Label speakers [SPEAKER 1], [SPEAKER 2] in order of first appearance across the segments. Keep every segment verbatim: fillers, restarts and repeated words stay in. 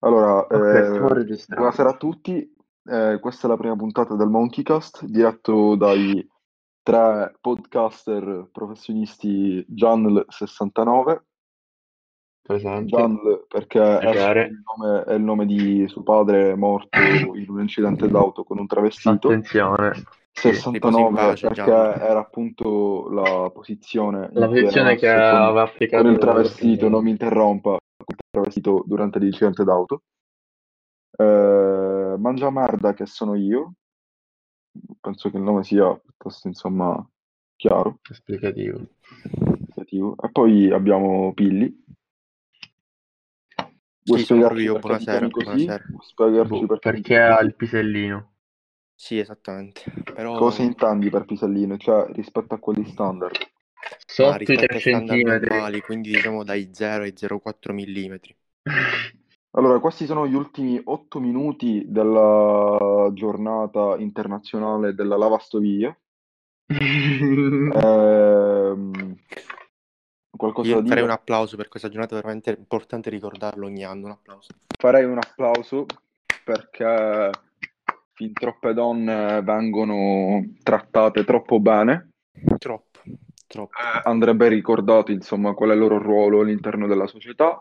[SPEAKER 1] Allora,
[SPEAKER 2] Ok, stiamo
[SPEAKER 1] eh,
[SPEAKER 2] registrando.
[SPEAKER 1] buonasera a tutti. Eh, questa è la prima puntata del Monkeycast, diretto dai tre podcaster professionisti Gian sessantanove.
[SPEAKER 2] Presente.
[SPEAKER 1] Gian perché è
[SPEAKER 2] Piacere.
[SPEAKER 1] il nome, è il nome di suo padre morto in un incidente d'auto con un travestito.
[SPEAKER 2] Attenzione. Sì.
[SPEAKER 3] Riposi in
[SPEAKER 1] sessantanove
[SPEAKER 3] pace,
[SPEAKER 1] perché
[SPEAKER 3] Gian.
[SPEAKER 1] era appunto la posizione
[SPEAKER 2] La
[SPEAKER 1] in cui era
[SPEAKER 2] posizione che
[SPEAKER 1] messo con,
[SPEAKER 2] aveva
[SPEAKER 1] con il
[SPEAKER 2] applicato
[SPEAKER 1] travestito, non mi
[SPEAKER 2] ultimamente.
[SPEAKER 1] interrompa, con il travestito durante l'incidente d'auto. Eh, Mangia merda che sono io, penso che il nome sia piuttosto insomma chiaro,
[SPEAKER 2] Esplicativo.
[SPEAKER 1] esplicativo. E poi abbiamo Pilli. Vuoi
[SPEAKER 3] Sì, sono proprio
[SPEAKER 1] spiegarci
[SPEAKER 3] io,
[SPEAKER 1] perché ti chiami
[SPEAKER 3] buonasera,
[SPEAKER 1] così?
[SPEAKER 3] buonasera.
[SPEAKER 1] Vuoi spiegarci
[SPEAKER 2] Boh,
[SPEAKER 1] perché ti
[SPEAKER 2] perché
[SPEAKER 1] chiami
[SPEAKER 2] ha
[SPEAKER 1] così?
[SPEAKER 2] il pisellino.
[SPEAKER 3] Sì, esattamente.
[SPEAKER 1] Cosa
[SPEAKER 3] Però,
[SPEAKER 1] intendi per pisellino? Cioè, rispetto a quelli standard?
[SPEAKER 3] ma
[SPEAKER 2] Sotto i
[SPEAKER 3] rispetto
[SPEAKER 2] tre
[SPEAKER 3] ai standard
[SPEAKER 2] centimetri.
[SPEAKER 3] normali, quindi diciamo dai zero ai zero virgola quattro millimetri.
[SPEAKER 1] Allora, questi sono gli ultimi otto minuti della giornata internazionale della lavastoviglie. Ehm, qualcosa
[SPEAKER 3] Io
[SPEAKER 1] da
[SPEAKER 3] farei un
[SPEAKER 1] dire?
[SPEAKER 3] applauso per questa giornata, veramente importante ricordarlo ogni anno, un applauso.
[SPEAKER 1] Farei un applauso perché fin troppe donne vengono trattate troppo bene.
[SPEAKER 3] Troppo, troppo.
[SPEAKER 1] Eh, andrebbe ricordato, insomma, qual è il loro ruolo all'interno della società,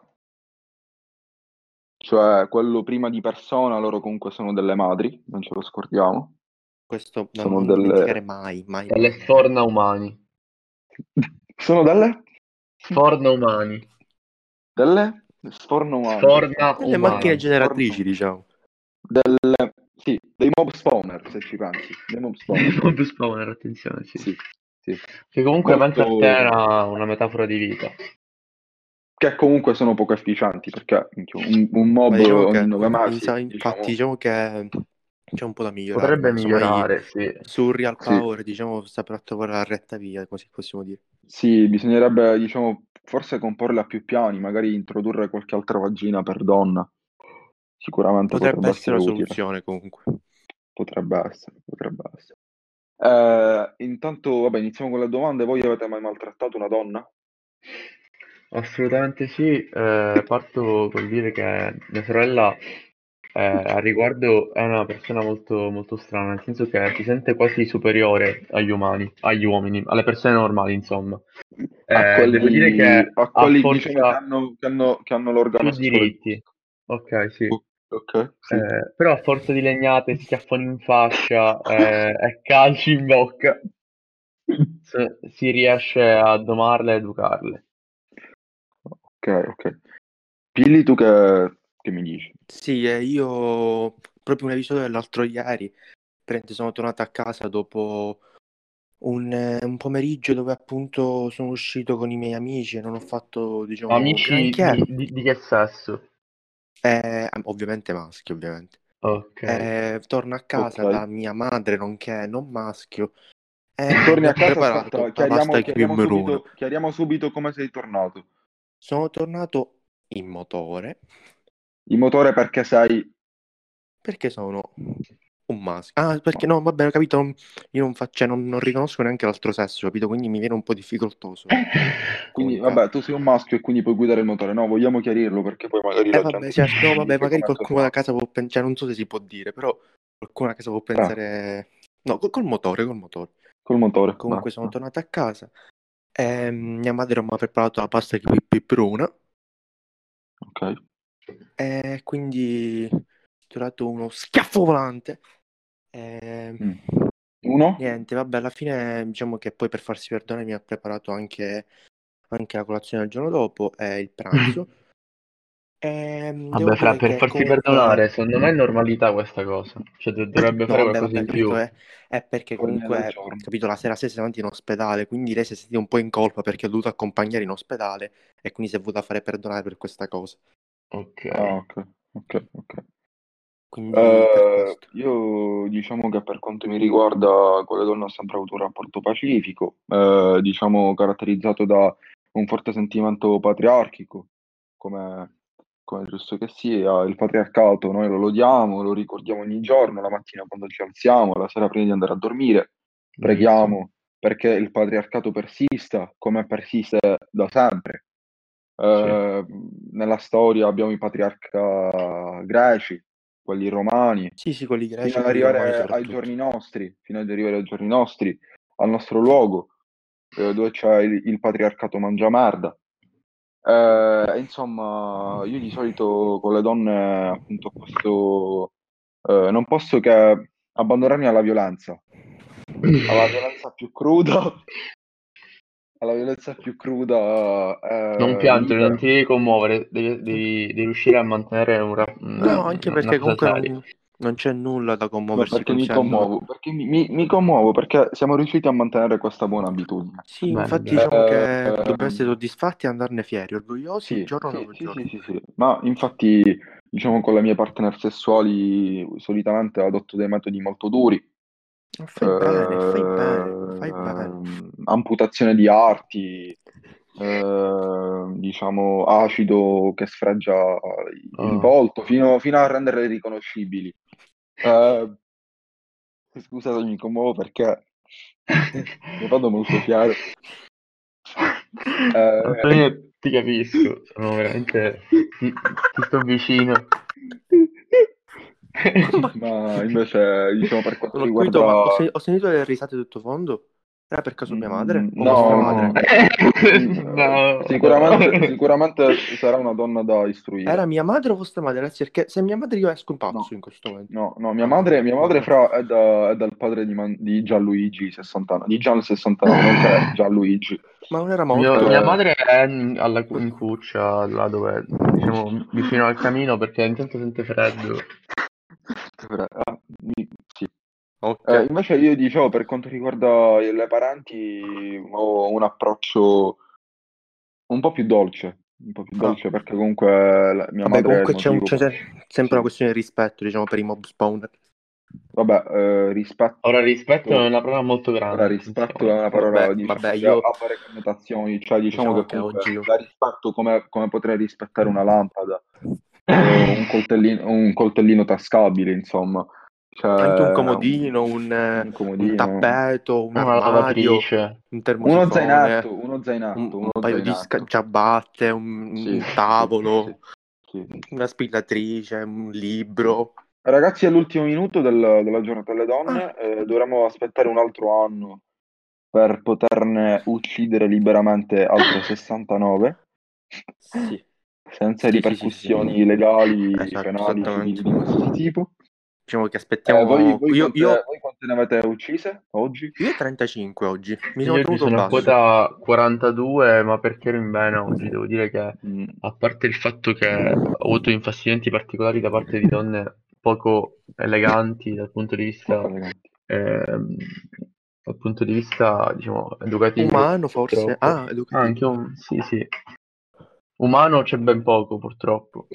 [SPEAKER 1] cioè quello prima di persona, loro comunque sono delle madri, non ce lo scordiamo.
[SPEAKER 3] Questo da
[SPEAKER 1] Sono
[SPEAKER 3] non dimenticare
[SPEAKER 1] delle...
[SPEAKER 3] mai, mai,
[SPEAKER 2] Dalle
[SPEAKER 3] mai.
[SPEAKER 2] sforna umani.
[SPEAKER 1] Sono delle...
[SPEAKER 2] Sforna umani.
[SPEAKER 1] Delle sforno umani.
[SPEAKER 2] Sforna
[SPEAKER 3] Delle macchine
[SPEAKER 2] umani.
[SPEAKER 3] generatrici, diciamo.
[SPEAKER 1] Delle... Sì, dei mob spawner, se ci pensi. Dei mob spawner.
[SPEAKER 2] Mob spawner, attenzione, sì.
[SPEAKER 1] Sì, sì.
[SPEAKER 2] Che comunque penso a te
[SPEAKER 1] Molto...
[SPEAKER 2] era una metafora di vita.
[SPEAKER 1] Che comunque sono poco efficienti, perché minchia, un, un
[SPEAKER 3] Ma
[SPEAKER 1] mob
[SPEAKER 3] diciamo
[SPEAKER 1] ogni
[SPEAKER 3] che,
[SPEAKER 1] nove mesi,
[SPEAKER 3] insa- infatti,
[SPEAKER 1] diciamo...
[SPEAKER 3] diciamo che c'è un po' da migliorare, ma
[SPEAKER 2] Potrebbe
[SPEAKER 3] insomma, i-
[SPEAKER 2] migliorare, sì.
[SPEAKER 3] su Real
[SPEAKER 1] Sì,
[SPEAKER 3] Power, diciamo, sta per trovare la retta via, così possiamo dire.
[SPEAKER 1] sì, bisognerebbe, diciamo, forse comporla a più piani, magari introdurre qualche altra vagina per donna. Sicuramente
[SPEAKER 3] Potrebbe
[SPEAKER 1] potrebbe
[SPEAKER 3] essere
[SPEAKER 1] essere
[SPEAKER 3] la
[SPEAKER 1] utile.
[SPEAKER 3] soluzione, comunque.
[SPEAKER 1] Potrebbe essere, potrebbe essere. Eh, intanto, vabbè, iniziamo con le domande. Voi avete mai maltrattato una donna?
[SPEAKER 2] Assolutamente sì, eh, parto col dire che mia sorella eh, a riguardo è una persona molto, molto strana, nel senso che si sente quasi superiore agli umani, agli uomini, alle persone normali, insomma.
[SPEAKER 1] A
[SPEAKER 2] Eh, devo dire
[SPEAKER 1] quelli,
[SPEAKER 2] che
[SPEAKER 1] a
[SPEAKER 2] ha
[SPEAKER 1] quelli diciamo, che
[SPEAKER 2] forza
[SPEAKER 1] hanno, che hanno, che hanno l'organo
[SPEAKER 2] più
[SPEAKER 1] sessuale
[SPEAKER 2] diritti,
[SPEAKER 1] giusto.
[SPEAKER 2] ok, sì.
[SPEAKER 1] O- Ok, sì.
[SPEAKER 2] Eh, però a forza di legnate, schiaffoni in faccia eh, e calci in bocca, se- si riesce a domarle e educarle.
[SPEAKER 1] Ok, ok. Pilli, tu che, che mi dici?
[SPEAKER 3] Sì, eh, io proprio un episodio dell'altro ieri, praticamente sono tornato a casa dopo un, eh, un pomeriggio dove appunto sono uscito con i miei amici e non ho fatto, diciamo,
[SPEAKER 2] Amici
[SPEAKER 3] granché.
[SPEAKER 2] di, di- di che sesso?
[SPEAKER 3] Eh, ovviamente maschi, ovviamente.
[SPEAKER 2] Ok.
[SPEAKER 3] Eh, torno a
[SPEAKER 1] Ok.
[SPEAKER 3] casa da mia madre, nonché non maschio, e
[SPEAKER 1] Torni
[SPEAKER 3] mi
[SPEAKER 1] a
[SPEAKER 3] ha
[SPEAKER 1] casa,
[SPEAKER 3] preparato
[SPEAKER 1] aspetta,
[SPEAKER 3] la pasta
[SPEAKER 1] chiariamo,
[SPEAKER 3] al
[SPEAKER 1] chiariamo
[SPEAKER 3] chimichurri.
[SPEAKER 1] subito, chiariamo subito come sei tornato.
[SPEAKER 3] Sono tornato in motore
[SPEAKER 1] Il motore perché sei...
[SPEAKER 3] perché sono un maschio. Ah, perché no, vabbè, ho capito, non- io non, faccio, non, non riconosco neanche l'altro sesso, capito? Quindi mi viene un po' difficoltoso
[SPEAKER 1] Quindi,
[SPEAKER 3] comunicare.
[SPEAKER 1] vabbè, tu sei un maschio e quindi puoi guidare il motore. No, vogliamo chiarirlo perché poi magari
[SPEAKER 3] Eh
[SPEAKER 1] la
[SPEAKER 3] vabbè,
[SPEAKER 1] gente ci,
[SPEAKER 3] certo, no,
[SPEAKER 1] ci
[SPEAKER 3] vabbè,
[SPEAKER 1] dice
[SPEAKER 3] magari
[SPEAKER 1] come è
[SPEAKER 3] qualcuno da
[SPEAKER 1] tornato.
[SPEAKER 3] casa può pensare, non so se si può dire, però qualcuno a casa può
[SPEAKER 1] Ah,
[SPEAKER 3] pensare... No, col, col motore, col motore.
[SPEAKER 1] col motore,
[SPEAKER 3] Comunque sono
[SPEAKER 1] basta.
[SPEAKER 3] tornato a casa e mia madre mi ha preparato la pasta di peperona
[SPEAKER 1] Ok.
[SPEAKER 3] e quindi ho tirato uno schiaffo volante. E...
[SPEAKER 1] Mm. Uno?
[SPEAKER 3] Niente, vabbè, alla fine diciamo che poi per farsi perdonare mi ha preparato anche, anche la colazione il giorno dopo e il pranzo. E devo
[SPEAKER 2] Vabbè, Fra,
[SPEAKER 3] dire
[SPEAKER 2] per
[SPEAKER 3] che
[SPEAKER 2] farsi
[SPEAKER 3] comunque...
[SPEAKER 2] perdonare, secondo me è normalità questa cosa. Cioè, do- dovrebbe
[SPEAKER 3] No,
[SPEAKER 2] fare
[SPEAKER 3] vabbè,
[SPEAKER 2] qualcosa
[SPEAKER 3] vabbè,
[SPEAKER 2] di
[SPEAKER 3] capito,
[SPEAKER 2] più.
[SPEAKER 3] è, è perché
[SPEAKER 1] Ordine del
[SPEAKER 3] comunque,
[SPEAKER 1] giorno.
[SPEAKER 3] capito, la sera stessa siamo andati in ospedale, quindi lei si è sentita un po' in colpa perché ho dovuto accompagnare in ospedale e quindi si è voluta fare perdonare per questa cosa.
[SPEAKER 2] Ok.
[SPEAKER 1] Ah, ok, ok, ok.
[SPEAKER 3] Quindi per
[SPEAKER 1] Eh,
[SPEAKER 3] questo.
[SPEAKER 1] io diciamo che per quanto mi riguarda con le donne ho sempre avuto un rapporto pacifico, eh, diciamo caratterizzato da un forte sentimento patriarchico, come, come è giusto che sia. Il patriarcato noi lo lodiamo, lo ricordiamo ogni giorno, la mattina quando ci alziamo, la sera prima di andare a dormire,
[SPEAKER 2] Giusto.
[SPEAKER 1] preghiamo perché il patriarcato persista come persiste da sempre.
[SPEAKER 2] Sì.
[SPEAKER 1] Eh, nella storia abbiamo i patriarca greci, quelli romani,
[SPEAKER 3] Sì, sì, quelli greci
[SPEAKER 1] fino
[SPEAKER 3] e
[SPEAKER 1] ad
[SPEAKER 3] quelli romani
[SPEAKER 1] arrivare ai
[SPEAKER 3] soprattutto.
[SPEAKER 1] giorni nostri, fino ad arrivare ai giorni nostri, al nostro luogo, eh, dove c'è il, il patriarcato mangiamerda. Eh, insomma, io di solito con le donne, appunto, ho questo, eh, non posso che abbandonarmi alla violenza, alla violenza più cruda, alla violenza più cruda,
[SPEAKER 2] Non
[SPEAKER 1] eh,
[SPEAKER 2] piangere, non
[SPEAKER 1] libera.
[SPEAKER 2] ti devi commuovere, devi, devi- devi riuscire a mantenere un rap- una,
[SPEAKER 3] No, anche
[SPEAKER 2] una
[SPEAKER 3] perché
[SPEAKER 2] cosa
[SPEAKER 3] comunque
[SPEAKER 2] seria.
[SPEAKER 3] non, non c'è nulla da
[SPEAKER 1] No,
[SPEAKER 3] commuoversi
[SPEAKER 1] perché mi
[SPEAKER 3] concernendo.
[SPEAKER 1] commuovo, perché mi, mi- mi commuovo, perché siamo riusciti a mantenere questa buona abitudine.
[SPEAKER 3] Sì,
[SPEAKER 2] Bene,
[SPEAKER 3] infatti
[SPEAKER 2] bene.
[SPEAKER 3] diciamo che dobbiamo essere
[SPEAKER 1] Ehm,
[SPEAKER 3] soddisfatti e andarne fieri, orgogliosi
[SPEAKER 1] sì,
[SPEAKER 3] giorno
[SPEAKER 1] sì,
[SPEAKER 3] dopo
[SPEAKER 1] sì, sì,
[SPEAKER 3] giorno.
[SPEAKER 1] sì, sì. Ma infatti, diciamo, con le mie partner sessuali solitamente adotto dei metodi molto duri.
[SPEAKER 3] Fai bene, fai bene, fai bene.
[SPEAKER 1] Ehm, amputazione di arti, ehm, diciamo, acido che sfregia il
[SPEAKER 2] Oh.
[SPEAKER 1] volto fino, fino a renderle riconoscibili. Eh, Scusate, mi commuovo perché ne vado molto fiero. Eh,
[SPEAKER 2] Antonio, ti capisco, sono veramente... Ti, ti sto vicino.
[SPEAKER 3] Ma,
[SPEAKER 1] Ma invece, diciamo, per quanto
[SPEAKER 3] sono qui, ma ho,
[SPEAKER 1] riguarda...
[SPEAKER 3] sen- ho sentito le risate sottofondo. Era per caso mia
[SPEAKER 1] Mm,
[SPEAKER 3] madre o vostra
[SPEAKER 1] no,
[SPEAKER 3] madre?
[SPEAKER 1] no, Mm, eh,
[SPEAKER 2] No.
[SPEAKER 1] sicuramente, sicuramente sarà una donna da
[SPEAKER 3] Era
[SPEAKER 1] istruire.
[SPEAKER 3] mia madre o vostra madre? Ragazzi, perché se è mia madre io esco in pazzo
[SPEAKER 1] No,
[SPEAKER 3] in questo momento.
[SPEAKER 1] no, no, mia
[SPEAKER 3] Ah,
[SPEAKER 1] madre,
[SPEAKER 3] vabbè,
[SPEAKER 1] mia madre
[SPEAKER 3] vabbè.
[SPEAKER 1] fra è, da- è dal padre di, Man- di Gianluigi sessantanove, di Gian sessantanove, nonché Gianluigi.
[SPEAKER 3] Ma non era
[SPEAKER 2] Mio- mia
[SPEAKER 3] morto?
[SPEAKER 1] Eh,
[SPEAKER 2] madre è in, alla, in cuccia, là dove, diciamo, vicino al camino perché intanto sente freddo.
[SPEAKER 1] ah, mi- sì.
[SPEAKER 3] Ok.
[SPEAKER 1] Eh, invece io dicevo, per quanto riguarda le parenti, ho un approccio un po' più dolce, un po' più
[SPEAKER 3] Ah,
[SPEAKER 1] dolce perché comunque la- mia
[SPEAKER 3] vabbè,
[SPEAKER 1] madre è il
[SPEAKER 3] comunque c'è, un-
[SPEAKER 1] motivo
[SPEAKER 3] c'è
[SPEAKER 1] per...
[SPEAKER 3] se- sempre una
[SPEAKER 1] Sì,
[SPEAKER 3] questione di rispetto, diciamo, per i mob spawner.
[SPEAKER 1] vabbè, eh, rispetto...
[SPEAKER 2] Ora rispetto è una parola molto
[SPEAKER 1] Ora,
[SPEAKER 2] grande,
[SPEAKER 1] rispetto è
[SPEAKER 2] attenzione.
[SPEAKER 1] una
[SPEAKER 3] Vabbè,
[SPEAKER 1] parola, diciamo,
[SPEAKER 3] vabbè,
[SPEAKER 1] che ha
[SPEAKER 3] io
[SPEAKER 1] varie connotazioni, cioè diciamo
[SPEAKER 3] diciamo
[SPEAKER 1] che
[SPEAKER 3] che
[SPEAKER 1] comunque
[SPEAKER 3] oggi
[SPEAKER 1] la rispetto come, come potrei rispettare una lampada o un coltellino, un coltellino tascabile, insomma.
[SPEAKER 3] anche un
[SPEAKER 1] Cioè, un,
[SPEAKER 3] comodino, un, eh,
[SPEAKER 1] un
[SPEAKER 3] un
[SPEAKER 1] comodino,
[SPEAKER 3] tappeto, un
[SPEAKER 2] Una
[SPEAKER 3] armadio,
[SPEAKER 2] lavatrice.
[SPEAKER 3] un
[SPEAKER 1] uno
[SPEAKER 3] termosifone,
[SPEAKER 1] zainetto, uno
[SPEAKER 3] un,
[SPEAKER 1] zainetto, uno
[SPEAKER 3] un paio di sca-
[SPEAKER 1] zainetto.
[SPEAKER 3] ciabatte, un,
[SPEAKER 1] Sì,
[SPEAKER 3] un
[SPEAKER 1] sì, sì,
[SPEAKER 3] tavolo,
[SPEAKER 1] sì, sì.
[SPEAKER 3] una spillatrice, un
[SPEAKER 1] Sì.
[SPEAKER 3] libro.
[SPEAKER 1] Ragazzi, è l'ultimo minuto del- della giornata delle
[SPEAKER 3] Ah,
[SPEAKER 1] donne, eh, dovremmo aspettare un altro anno per poterne uccidere liberamente altre sessantanove,
[SPEAKER 3] sì,
[SPEAKER 1] senza
[SPEAKER 3] sì, sì, sì, sì, sì.
[SPEAKER 1] ripercussioni legali,
[SPEAKER 3] Esatto,
[SPEAKER 1] penali, civili
[SPEAKER 3] esattamente.
[SPEAKER 1] di qualsiasi tipo.
[SPEAKER 3] Diciamo che
[SPEAKER 1] Eh, voi,
[SPEAKER 3] aspettiamo.
[SPEAKER 1] voi
[SPEAKER 3] Io,
[SPEAKER 1] quante,
[SPEAKER 3] io,
[SPEAKER 1] voi quante ne avete uccise oggi?
[SPEAKER 3] io trentacinque oggi, mi sono
[SPEAKER 2] Io oggi
[SPEAKER 3] tenuto
[SPEAKER 2] sono a
[SPEAKER 3] basso.
[SPEAKER 2] quota quarantadue, ma perché ero in vena oggi? Devo dire che,
[SPEAKER 1] Mm,
[SPEAKER 2] a parte il fatto che ho avuto infastidimenti particolari da parte di donne poco eleganti dal punto di
[SPEAKER 1] poco
[SPEAKER 2] vista,
[SPEAKER 1] elegante.
[SPEAKER 2] ehm, dal punto di vista, diciamo, educativo,
[SPEAKER 3] Umano forse?
[SPEAKER 2] purtroppo.
[SPEAKER 3] Ah, educativo.
[SPEAKER 2] Anche un, sì, sì. Umano c'è ben poco, purtroppo.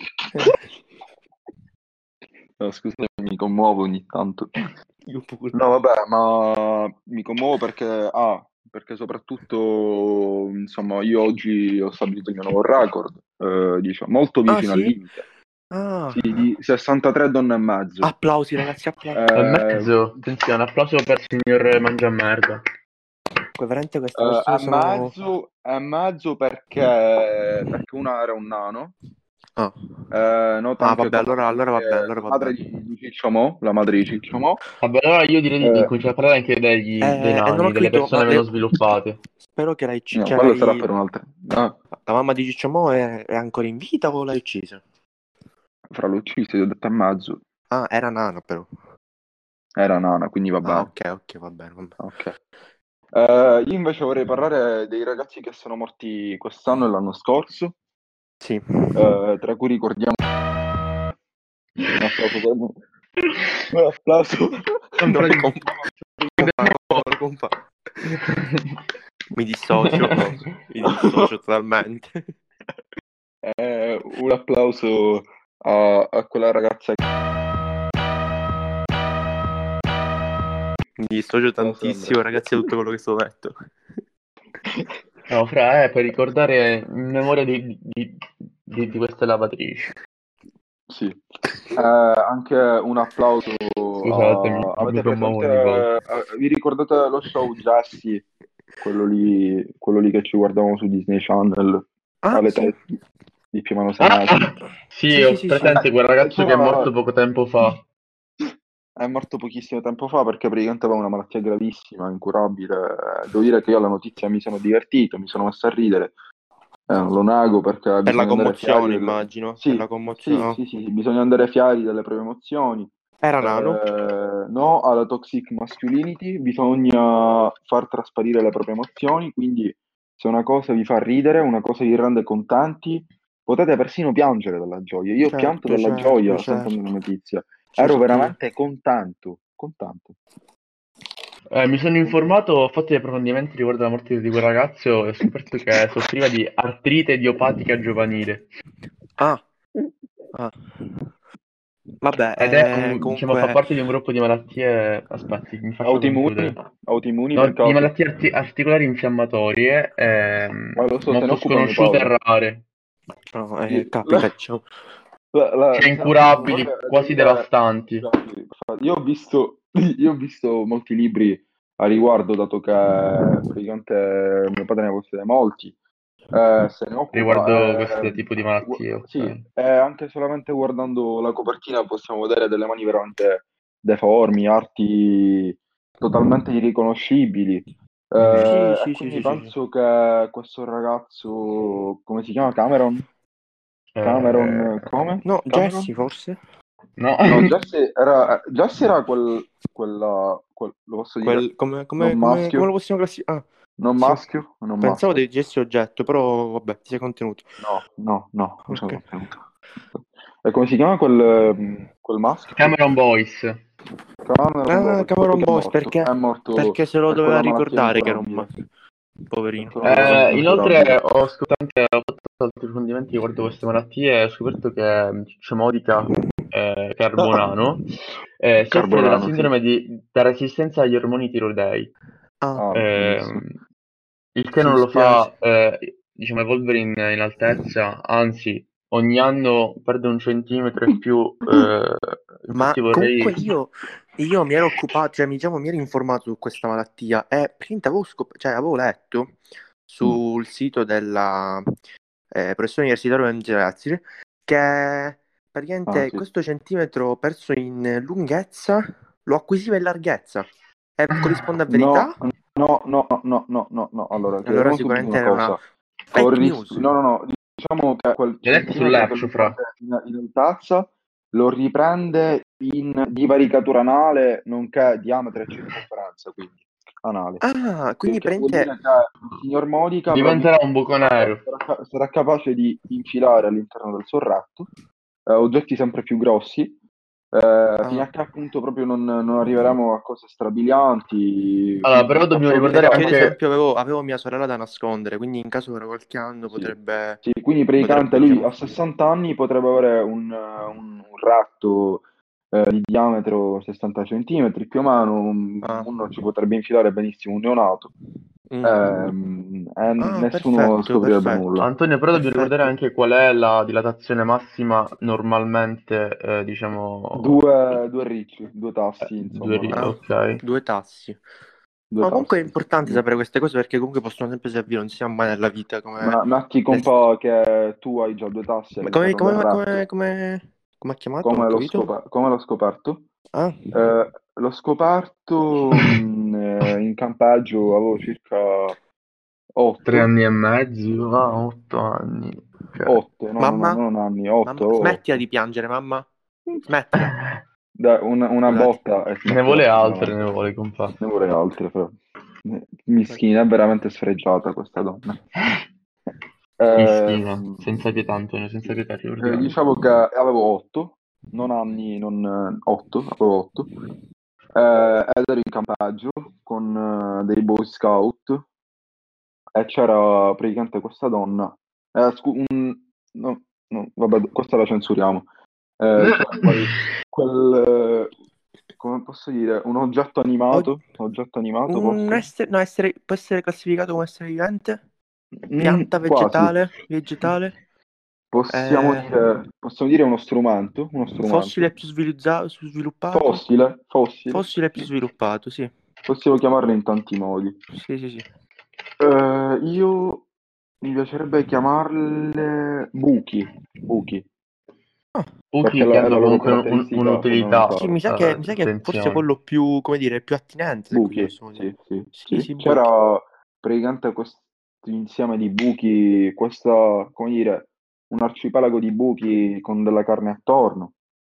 [SPEAKER 1] No, scusate, mi commuovo ogni tanto.
[SPEAKER 3] Io pure.
[SPEAKER 1] No, vabbè, ma mi commuovo perché, ah, perché soprattutto, insomma, io oggi ho stabilito il mio nuovo record, eh, diciamo, molto
[SPEAKER 3] Ah,
[SPEAKER 1] vicino al
[SPEAKER 3] sì?
[SPEAKER 1] limite.
[SPEAKER 3] Ah.
[SPEAKER 1] Sì, di sessantatré donne e mezzo.
[SPEAKER 3] Applausi, ragazzi, applausi.
[SPEAKER 2] E
[SPEAKER 1] Eh,
[SPEAKER 2] mezzo, attenzione, applauso per il signor Mangiamerda.
[SPEAKER 3] Veramente queste
[SPEAKER 1] eh,
[SPEAKER 3] persone
[SPEAKER 1] e
[SPEAKER 3] sono.
[SPEAKER 1] mezzo, e mezzo perché, perché una era un nano,
[SPEAKER 3] Ah,
[SPEAKER 1] eh, noto
[SPEAKER 3] ah
[SPEAKER 1] anche
[SPEAKER 3] vabbè,
[SPEAKER 1] come
[SPEAKER 3] allora, allora va bene,
[SPEAKER 1] anche
[SPEAKER 3] allora
[SPEAKER 1] la
[SPEAKER 3] va
[SPEAKER 1] madre
[SPEAKER 3] bene.
[SPEAKER 1] di, di Ciccio Mo, la madre di Ciccio Mo.
[SPEAKER 2] Vabbè, allora io direi di, di
[SPEAKER 1] Eh,
[SPEAKER 2] cominciare a parlare anche degli, dei
[SPEAKER 3] Eh, e non ho
[SPEAKER 2] nani, delle
[SPEAKER 3] capito, ma
[SPEAKER 2] persone meno
[SPEAKER 3] le-
[SPEAKER 2] sviluppate.
[SPEAKER 3] spero che l'hai uccisa.
[SPEAKER 1] no,
[SPEAKER 3] Cioè,
[SPEAKER 1] quello sarà
[SPEAKER 3] l'hai.
[SPEAKER 1] per un'altra. Ah,
[SPEAKER 3] La mamma di Ciccio Mo è, è ancora in vita o l'hai uccisa?
[SPEAKER 1] fra l'ucciso, gli ho detto e mezzo,
[SPEAKER 3] Ah, era nana però.
[SPEAKER 1] era nana, quindi va
[SPEAKER 3] Ah,
[SPEAKER 1] bene.
[SPEAKER 3] ok, ok, va bene, va bene.
[SPEAKER 1] Ok. Eh, io invece vorrei parlare dei ragazzi che sono morti quest'anno e l'anno scorso,
[SPEAKER 3] Sì.
[SPEAKER 1] eh, tra cui ricordiamo un applauso per un applauso.
[SPEAKER 3] No, compa, compa, no, compa. Mi dissocio, mi dissocio totalmente.
[SPEAKER 1] Eh, un applauso a, a quella ragazza.
[SPEAKER 3] Mi dissocio
[SPEAKER 1] Applauso,
[SPEAKER 3] tantissimo,
[SPEAKER 1] Andrea.
[SPEAKER 3] ragazzi, da tutto quello che sto detto.
[SPEAKER 2] No, fra, eh, per ricordare in memoria di, di, di, di queste lavatrici.
[SPEAKER 1] Sì. Eh, anche un applauso
[SPEAKER 2] Scusatemi,
[SPEAKER 1] a...
[SPEAKER 2] mi
[SPEAKER 1] Avete
[SPEAKER 2] commuovo
[SPEAKER 1] presente,
[SPEAKER 2] ogni volta.
[SPEAKER 1] eh, vi ricordate lo show Jessie? Quello lì, quello lì che ci guardavamo su Disney Channel
[SPEAKER 3] Ah,
[SPEAKER 1] alle
[SPEAKER 3] sì.
[SPEAKER 1] tre, di più o meno sei
[SPEAKER 2] Ah,
[SPEAKER 1] mesi.
[SPEAKER 2] sì,
[SPEAKER 3] Sì,
[SPEAKER 2] ho
[SPEAKER 3] sì, sì, sì.
[SPEAKER 2] presente quel ragazzo che è
[SPEAKER 1] C'era-
[SPEAKER 2] morto poco tempo fa.
[SPEAKER 1] È morto pochissimo tempo fa perché praticamente aveva una malattia gravissima, incurabile. Devo dire che io alla notizia mi sono divertito, mi sono messo a ridere. Eh, non lo nego perché
[SPEAKER 3] Per la
[SPEAKER 1] bisogna andare fieri
[SPEAKER 3] commozione,
[SPEAKER 1] delle...
[SPEAKER 3] immagino. Per
[SPEAKER 1] Sì,
[SPEAKER 3] la
[SPEAKER 1] sì,
[SPEAKER 3] commozione.
[SPEAKER 1] sì, sì, sì, bisogna andare fieri delle proprie emozioni.
[SPEAKER 3] Era nano?
[SPEAKER 1] Eh, no alla toxic masculinity, bisogna far trasparire le proprie emozioni, quindi se una cosa vi fa ridere, una cosa vi rende contenti, potete persino piangere dalla gioia. Io ho pianto
[SPEAKER 3] Certo,
[SPEAKER 1] dalla
[SPEAKER 3] certo,
[SPEAKER 1] gioia sentendo
[SPEAKER 3] certo.
[SPEAKER 1] la notizia,
[SPEAKER 3] Ci
[SPEAKER 1] ero
[SPEAKER 3] sti.
[SPEAKER 1] veramente contento, contento.
[SPEAKER 2] Eh, mi sono informato, ho fatto dei approfondimenti riguardo alla morte di quel ragazzo e ho scoperto che soffriva di artrite idiopatica giovanile.
[SPEAKER 3] Ah, ah. Vabbè,
[SPEAKER 2] Ed è,
[SPEAKER 3] eh,
[SPEAKER 2] un- diciamo, fa
[SPEAKER 3] comunque...
[SPEAKER 2] parte di un gruppo di malattie. Aspetti, mi faccio
[SPEAKER 1] Autoimmuni?
[SPEAKER 2] concludere.
[SPEAKER 1] Autoimmuni per
[SPEAKER 2] No, di
[SPEAKER 1] caso?
[SPEAKER 2] malattie arti- articolari infiammatorie, ehm,
[SPEAKER 1] Eh, lo so, se ne
[SPEAKER 2] molto
[SPEAKER 1] occupa mio
[SPEAKER 2] sconosciute
[SPEAKER 1] padre.
[SPEAKER 2] e rare,
[SPEAKER 3] No,
[SPEAKER 1] Sì,
[SPEAKER 3] eh, capita,
[SPEAKER 1] la-
[SPEAKER 3] diciamo.
[SPEAKER 1] la- la-
[SPEAKER 2] cioè
[SPEAKER 1] se ne occupa mio padre,
[SPEAKER 2] incurabili,
[SPEAKER 1] e devo
[SPEAKER 2] quasi
[SPEAKER 1] dire,
[SPEAKER 2] devastanti.
[SPEAKER 1] io ho visto, io ho visto molti libri a riguardo, dato che praticamente mio padre ne possiede molti, eh, se ne
[SPEAKER 2] Riguardo
[SPEAKER 1] occupa.
[SPEAKER 2] questo
[SPEAKER 1] eh,
[SPEAKER 2] tipo di
[SPEAKER 1] gu-
[SPEAKER 2] malattie,
[SPEAKER 1] sì,
[SPEAKER 2] ok.
[SPEAKER 1] e anche solamente guardando la copertina possiamo vedere delle mani veramente deformi, arti totalmente irriconoscibili.
[SPEAKER 2] Mhm.
[SPEAKER 3] Sì,
[SPEAKER 1] Eh, e
[SPEAKER 3] sì, sì,
[SPEAKER 1] quindi
[SPEAKER 3] sì, sì, sì.
[SPEAKER 1] penso che questo ragazzo, come si chiama? Cameron?
[SPEAKER 2] Eh,
[SPEAKER 1] Cameron, come?
[SPEAKER 3] No,
[SPEAKER 1] Cameron?
[SPEAKER 3] Jesse forse?
[SPEAKER 2] no.
[SPEAKER 1] No, Jesse era, Jesse era quel, quella, quel- lo posso dire,
[SPEAKER 3] Quel, come,
[SPEAKER 1] non
[SPEAKER 3] come, come, come lo
[SPEAKER 1] maschio,
[SPEAKER 3] possiamo classificare? Ah,
[SPEAKER 1] non
[SPEAKER 3] sì.
[SPEAKER 1] maschio, non
[SPEAKER 3] Pensavo
[SPEAKER 1] maschio.
[SPEAKER 3] di Jesse oggetto, però vabbè, ti sei contenuto.
[SPEAKER 1] No, no, no, non
[SPEAKER 3] Ok.
[SPEAKER 1] sono contenuto. E come si chiama quel, ehm, quel maschio?
[SPEAKER 2] Cameron Boyce.
[SPEAKER 1] Cameron
[SPEAKER 3] Ah,
[SPEAKER 1] Boyce, quello
[SPEAKER 3] Cameron
[SPEAKER 1] che è
[SPEAKER 3] Boyce,
[SPEAKER 1] morto.
[SPEAKER 3] perché?
[SPEAKER 1] È morto
[SPEAKER 3] Perché se lo
[SPEAKER 1] per
[SPEAKER 3] doveva
[SPEAKER 1] quella malattia
[SPEAKER 3] ricordare che era un
[SPEAKER 1] incurabile.
[SPEAKER 3] maschio.
[SPEAKER 1] Per
[SPEAKER 3] Poverino.
[SPEAKER 1] quella
[SPEAKER 2] Eh,
[SPEAKER 1] malattia
[SPEAKER 2] inoltre
[SPEAKER 1] incurabile.
[SPEAKER 2] ho scoperto anche, ho fatto altri approfondimenti riguardo queste malattie e ho scoperto che mm, Ciccio Modica e Carbonano eh, soffre della
[SPEAKER 1] Carbonano, sì.
[SPEAKER 2] sindrome di, da resistenza agli ormoni tiroidei,
[SPEAKER 3] Ah,
[SPEAKER 1] Ah, benissimo.
[SPEAKER 2] ehm, il che
[SPEAKER 3] ci
[SPEAKER 2] non lo
[SPEAKER 3] dispiace.
[SPEAKER 2] fa eh, diciamo, evolvere in, in altezza, anzi ogni anno perde un centimetro e più, eh,
[SPEAKER 3] Ma
[SPEAKER 2] infatti
[SPEAKER 3] comunque
[SPEAKER 2] vorrei...
[SPEAKER 3] io, io mi ero occupato, cioè mi, diciamo, mi ero informato su questa malattia e praticamente avevo, scop- cioè, avevo letto
[SPEAKER 1] Mm.
[SPEAKER 3] sul sito della eh, professore universitaria Angela che
[SPEAKER 1] Ah,
[SPEAKER 3] praticamente
[SPEAKER 1] sì.
[SPEAKER 3] questo centimetro perso in lunghezza lo acquisiva in larghezza. E corrisponde a
[SPEAKER 1] No,
[SPEAKER 3] verità?
[SPEAKER 1] no, no, no, no, no, no. Allora,
[SPEAKER 3] Allora
[SPEAKER 1] chiariamo subito
[SPEAKER 3] sicuramente
[SPEAKER 1] una
[SPEAKER 3] era una
[SPEAKER 1] cosa.
[SPEAKER 3] fake
[SPEAKER 1] Corris-
[SPEAKER 3] news.
[SPEAKER 1] no, no, no, diciamo che quel
[SPEAKER 2] L'hai letto
[SPEAKER 1] centimetro che
[SPEAKER 2] sull'Epso,
[SPEAKER 1] lui
[SPEAKER 2] fra.
[SPEAKER 1] perde in, in altezza lo riprende in divaricatura anale, nonché diametro e circonferenza, quindi anale.
[SPEAKER 3] Ah,
[SPEAKER 1] Il
[SPEAKER 3] quindi
[SPEAKER 1] che vuol dire
[SPEAKER 3] prende...
[SPEAKER 1] che il signor Modica
[SPEAKER 2] Diventerà un
[SPEAKER 1] probabilmente
[SPEAKER 2] buco
[SPEAKER 1] sarà,
[SPEAKER 2] nero.
[SPEAKER 1] sarà ca- sarà capace di infilare all'interno del suo retto eh, oggetti sempre più grossi, eh, fino
[SPEAKER 3] Ah.
[SPEAKER 1] a che appunto proprio non, non arriveremo a cose strabilianti.
[SPEAKER 2] Allora, però dobbiamo
[SPEAKER 1] Faccio
[SPEAKER 2] ricordare
[SPEAKER 3] Perché io ad
[SPEAKER 1] praticamente,
[SPEAKER 2] anche...
[SPEAKER 3] esempio avevo, avevo mia sorella da nascondere, quindi in caso tra qualche anno
[SPEAKER 1] sì,
[SPEAKER 3] potrebbe,
[SPEAKER 1] sì, quindi praticamente
[SPEAKER 3] potrebbe
[SPEAKER 1] lui a
[SPEAKER 3] diciamo...
[SPEAKER 1] sessanta anni potrebbe avere un, un, un ratto eh, di diametro sessanta centimetri più o meno, un-
[SPEAKER 3] Ah.
[SPEAKER 1] uno ci potrebbe infilare benissimo un neonato
[SPEAKER 3] Mm.
[SPEAKER 1] ehm, e
[SPEAKER 3] Ah,
[SPEAKER 1] nessuno
[SPEAKER 3] perfetto,
[SPEAKER 1] scoprirebbe
[SPEAKER 3] perfetto,
[SPEAKER 1] nulla.
[SPEAKER 2] Antonio, però dobbiamo ricordare
[SPEAKER 3] perfetto.
[SPEAKER 2] anche qual è la dilatazione massima normalmente, eh, diciamo...
[SPEAKER 1] Due, due ricci, due
[SPEAKER 2] eh,
[SPEAKER 1] tassi,
[SPEAKER 2] due
[SPEAKER 1] insomma,
[SPEAKER 2] ri-
[SPEAKER 3] Ah,
[SPEAKER 2] ok.
[SPEAKER 3] due tassi.
[SPEAKER 1] due
[SPEAKER 3] No, comunque è
[SPEAKER 1] tassi.
[SPEAKER 3] importante sapere queste cose perché comunque possono sempre servire, non si sa mai nella vita come...
[SPEAKER 1] Ma metti
[SPEAKER 3] le-
[SPEAKER 1] un po' che tu hai già due tassi
[SPEAKER 3] Come,
[SPEAKER 1] all'interno del
[SPEAKER 3] come, come,
[SPEAKER 1] retto,
[SPEAKER 3] come, come ha chiamato? Non ho
[SPEAKER 1] come l'ho
[SPEAKER 3] capito.
[SPEAKER 1] scopa- come l'ho scoperto?
[SPEAKER 3] Ah,
[SPEAKER 1] Eh, l'ho scoperto mh, eh, in campeggio, avevo circa
[SPEAKER 2] Tre
[SPEAKER 1] otto,
[SPEAKER 2] anni e mezzo, ah, otto anni. Ok.
[SPEAKER 1] otto, no, no, no,
[SPEAKER 3] mamma?
[SPEAKER 1] non anni, otto,
[SPEAKER 3] Mamma, smettila
[SPEAKER 1] otto.
[SPEAKER 3] di piangere, mamma. Smettila.
[SPEAKER 1] Dai, una, una
[SPEAKER 3] Scusate.
[SPEAKER 1] botta e
[SPEAKER 2] Ne
[SPEAKER 1] smetterà
[SPEAKER 2] vuole altre,
[SPEAKER 1] sicuramente.
[SPEAKER 2] ne vuole, compà.
[SPEAKER 1] Ne vorrei altre, però. Mischina, è veramente sfregiata questa donna.
[SPEAKER 2] Mischina,
[SPEAKER 1] Ehm,
[SPEAKER 2] senza pietà, Antonio,
[SPEAKER 1] sì.
[SPEAKER 2] senza pietà,
[SPEAKER 1] Eh,
[SPEAKER 2] ricordiamo.
[SPEAKER 1] diciamo che avevo otto, non anni, non eh, otto, avevo otto, eh, ed ero in campeggio con eh, dei Boy Scout e c'era praticamente questa donna. Eh, scu- un- no, no, vabbè, questa la censuriamo. Eh, c'era quel, quel, eh, come posso dire, un oggetto
[SPEAKER 3] O-
[SPEAKER 1] animato, oggetto animato
[SPEAKER 3] un
[SPEAKER 1] posso?
[SPEAKER 3] essere, no, essere, può essere classificato come essere vivente?
[SPEAKER 1] Mm,
[SPEAKER 3] Pianta,
[SPEAKER 1] quasi.
[SPEAKER 3] vegetale? Vegetale?
[SPEAKER 1] Possiamo
[SPEAKER 3] Eh,
[SPEAKER 1] dire, possiamo dire uno strumento, uno
[SPEAKER 3] fossile
[SPEAKER 1] strumento.
[SPEAKER 3] più sviluzza- più sviluppato?
[SPEAKER 1] Fossile, fossile,
[SPEAKER 3] Fossile più
[SPEAKER 1] sì.
[SPEAKER 3] sviluppato, sì.
[SPEAKER 1] Possiamo chiamarlo in tanti modi.
[SPEAKER 3] Sì, sì, sì.
[SPEAKER 1] Eh, io mi piacerebbe chiamarle buchi, buchi,
[SPEAKER 3] Ah,
[SPEAKER 1] perché
[SPEAKER 2] Buchi
[SPEAKER 1] la-
[SPEAKER 2] che
[SPEAKER 1] è la
[SPEAKER 2] hanno
[SPEAKER 1] loro
[SPEAKER 2] comunque un- un-
[SPEAKER 1] caratteristica
[SPEAKER 2] un'utilità,
[SPEAKER 3] sì,
[SPEAKER 1] fondamentale.
[SPEAKER 3] mi sa che,
[SPEAKER 2] eh,
[SPEAKER 3] mi sa che forse è
[SPEAKER 2] attenzione.
[SPEAKER 3] quello più, come dire, più attinente, se così
[SPEAKER 1] Buchi,
[SPEAKER 3] possiamo dire.
[SPEAKER 1] sì, sì,
[SPEAKER 3] Sì,
[SPEAKER 1] sì.
[SPEAKER 3] sì, buchi.
[SPEAKER 1] C'era praticamente questo insieme di buchi, questa, come dire, un arcipelago di buchi con della carne attorno.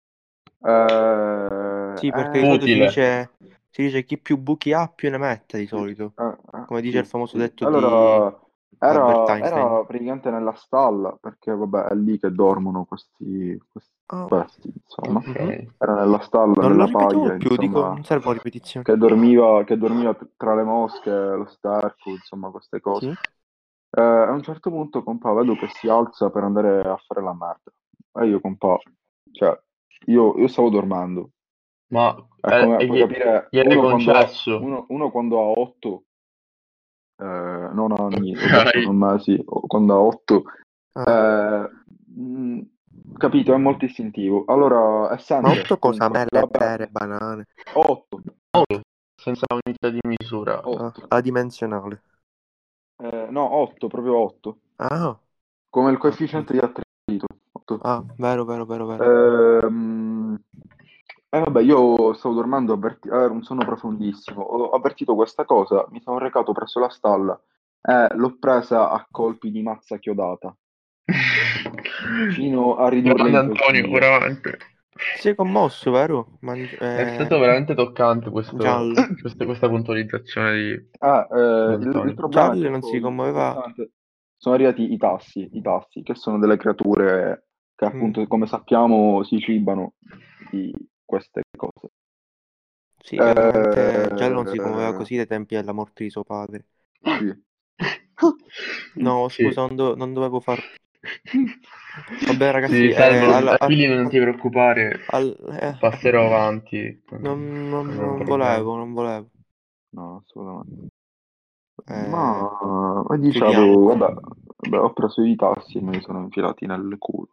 [SPEAKER 1] Eh,
[SPEAKER 3] Sì, perché di
[SPEAKER 1] eh,
[SPEAKER 3] solito si
[SPEAKER 2] Utile.
[SPEAKER 3] dice, si dice chi più buchi ha, più ne mette di
[SPEAKER 1] sì,
[SPEAKER 3] solito.
[SPEAKER 1] eh, eh,
[SPEAKER 3] Come dice il
[SPEAKER 1] sì,
[SPEAKER 3] famoso
[SPEAKER 1] sì.
[SPEAKER 3] detto di
[SPEAKER 1] Allora,
[SPEAKER 3] Albert
[SPEAKER 1] era,
[SPEAKER 3] Einstein.
[SPEAKER 1] era praticamente nella stalla, perché vabbè, è lì che dormono questi, questi
[SPEAKER 3] Ah,
[SPEAKER 1] questi, insomma.
[SPEAKER 3] mhm.
[SPEAKER 2] Ok.
[SPEAKER 1] Era nella stalla,
[SPEAKER 3] Non lo
[SPEAKER 1] nella
[SPEAKER 3] ripetiamo
[SPEAKER 1] paglia,
[SPEAKER 3] più, dico,
[SPEAKER 1] insomma,
[SPEAKER 3] non servono ripetizioni.
[SPEAKER 1] che dormiva, che dormiva t- tra le mosche, lo sterco, insomma, queste cose.
[SPEAKER 3] Sì?
[SPEAKER 1] Eh, a un certo punto, compà, vedo che si alza per andare a fare la merda. E io, compà, cioè, io, io stavo dormendo.
[SPEAKER 2] Ma
[SPEAKER 1] È
[SPEAKER 2] eh,
[SPEAKER 1] come
[SPEAKER 2] e
[SPEAKER 1] puoi
[SPEAKER 2] gli,
[SPEAKER 1] capire,
[SPEAKER 2] gli è
[SPEAKER 1] uno quando ha,
[SPEAKER 2] concesso?
[SPEAKER 1] uno, uno quando ha otto, eh, non anni, ho detto
[SPEAKER 2] Ok.
[SPEAKER 1] non mesi, o quando ha otto,
[SPEAKER 3] Ah.
[SPEAKER 1] eh, mh, capito, è molto istintivo. Allora, e
[SPEAKER 3] Ma
[SPEAKER 1] sente,
[SPEAKER 3] otto cosa?
[SPEAKER 1] comunque,
[SPEAKER 3] Mele,
[SPEAKER 1] vabbè,
[SPEAKER 3] pere, banane.
[SPEAKER 1] otto,
[SPEAKER 3] Ah,
[SPEAKER 2] Senza unità di misura.
[SPEAKER 3] ah,
[SPEAKER 1] otto,
[SPEAKER 3] adimensionale.
[SPEAKER 1] Eh, no, otto, proprio otto,
[SPEAKER 3] Ah,
[SPEAKER 1] come il
[SPEAKER 3] ah,
[SPEAKER 1] coefficiente di attrito, otto.
[SPEAKER 3] ah, vero, vero, vero, vero.
[SPEAKER 1] Ehm, E vabbè, io stavo dormendo, avverti- era un sonno profondissimo, ho avvertito questa cosa, mi sono recato presso la stalla e l'ho presa a colpi di mazza chiodata, fino a ridurla
[SPEAKER 2] Grande
[SPEAKER 1] in
[SPEAKER 2] Antonio,
[SPEAKER 1] poltiglia.
[SPEAKER 2] veramente.
[SPEAKER 3] Ti sei commosso, vero? Mangi-
[SPEAKER 2] È
[SPEAKER 3] eh,
[SPEAKER 2] stato veramente toccante questo,
[SPEAKER 3] Gialle.
[SPEAKER 2] questa, questa puntualizzazione di,
[SPEAKER 1] Ah,
[SPEAKER 2] di
[SPEAKER 1] eh, il, il
[SPEAKER 2] Antonio.
[SPEAKER 1] problema è
[SPEAKER 3] Gialle
[SPEAKER 1] che
[SPEAKER 3] non si
[SPEAKER 1] poi,
[SPEAKER 3] commuoveva.
[SPEAKER 1] giustamente, sono arrivati i tassi, i tassi, che sono delle creature che
[SPEAKER 3] Mm,
[SPEAKER 1] appunto, come sappiamo, si cibano di queste cose.
[SPEAKER 3] sì, e ovviamente Gialle non si commuoveva
[SPEAKER 1] Eh,
[SPEAKER 3] così dai tempi della morte di suo padre.
[SPEAKER 1] sì.
[SPEAKER 3] No,
[SPEAKER 2] Sì.
[SPEAKER 3] scusa, non, do- non dovevo far. Vabbè, ragazzi,
[SPEAKER 2] Sì,
[SPEAKER 3] eh,
[SPEAKER 2] Salvo,
[SPEAKER 3] alla-
[SPEAKER 2] a
[SPEAKER 3] al-
[SPEAKER 2] Fili non ti
[SPEAKER 3] al-
[SPEAKER 2] preoccupare,
[SPEAKER 3] al- eh,
[SPEAKER 2] passerò avanti,
[SPEAKER 3] non,
[SPEAKER 2] non
[SPEAKER 3] non-
[SPEAKER 2] è un
[SPEAKER 3] non
[SPEAKER 2] problema.
[SPEAKER 3] volevo, non volevo.
[SPEAKER 1] No, assolutamente.
[SPEAKER 3] Eh,
[SPEAKER 1] Ma, ma
[SPEAKER 3] chiudiamo
[SPEAKER 1] dicevo,
[SPEAKER 3] qui.
[SPEAKER 1] vabbè, vabbè, ho preso i tassi e me li sono infilati nel culo.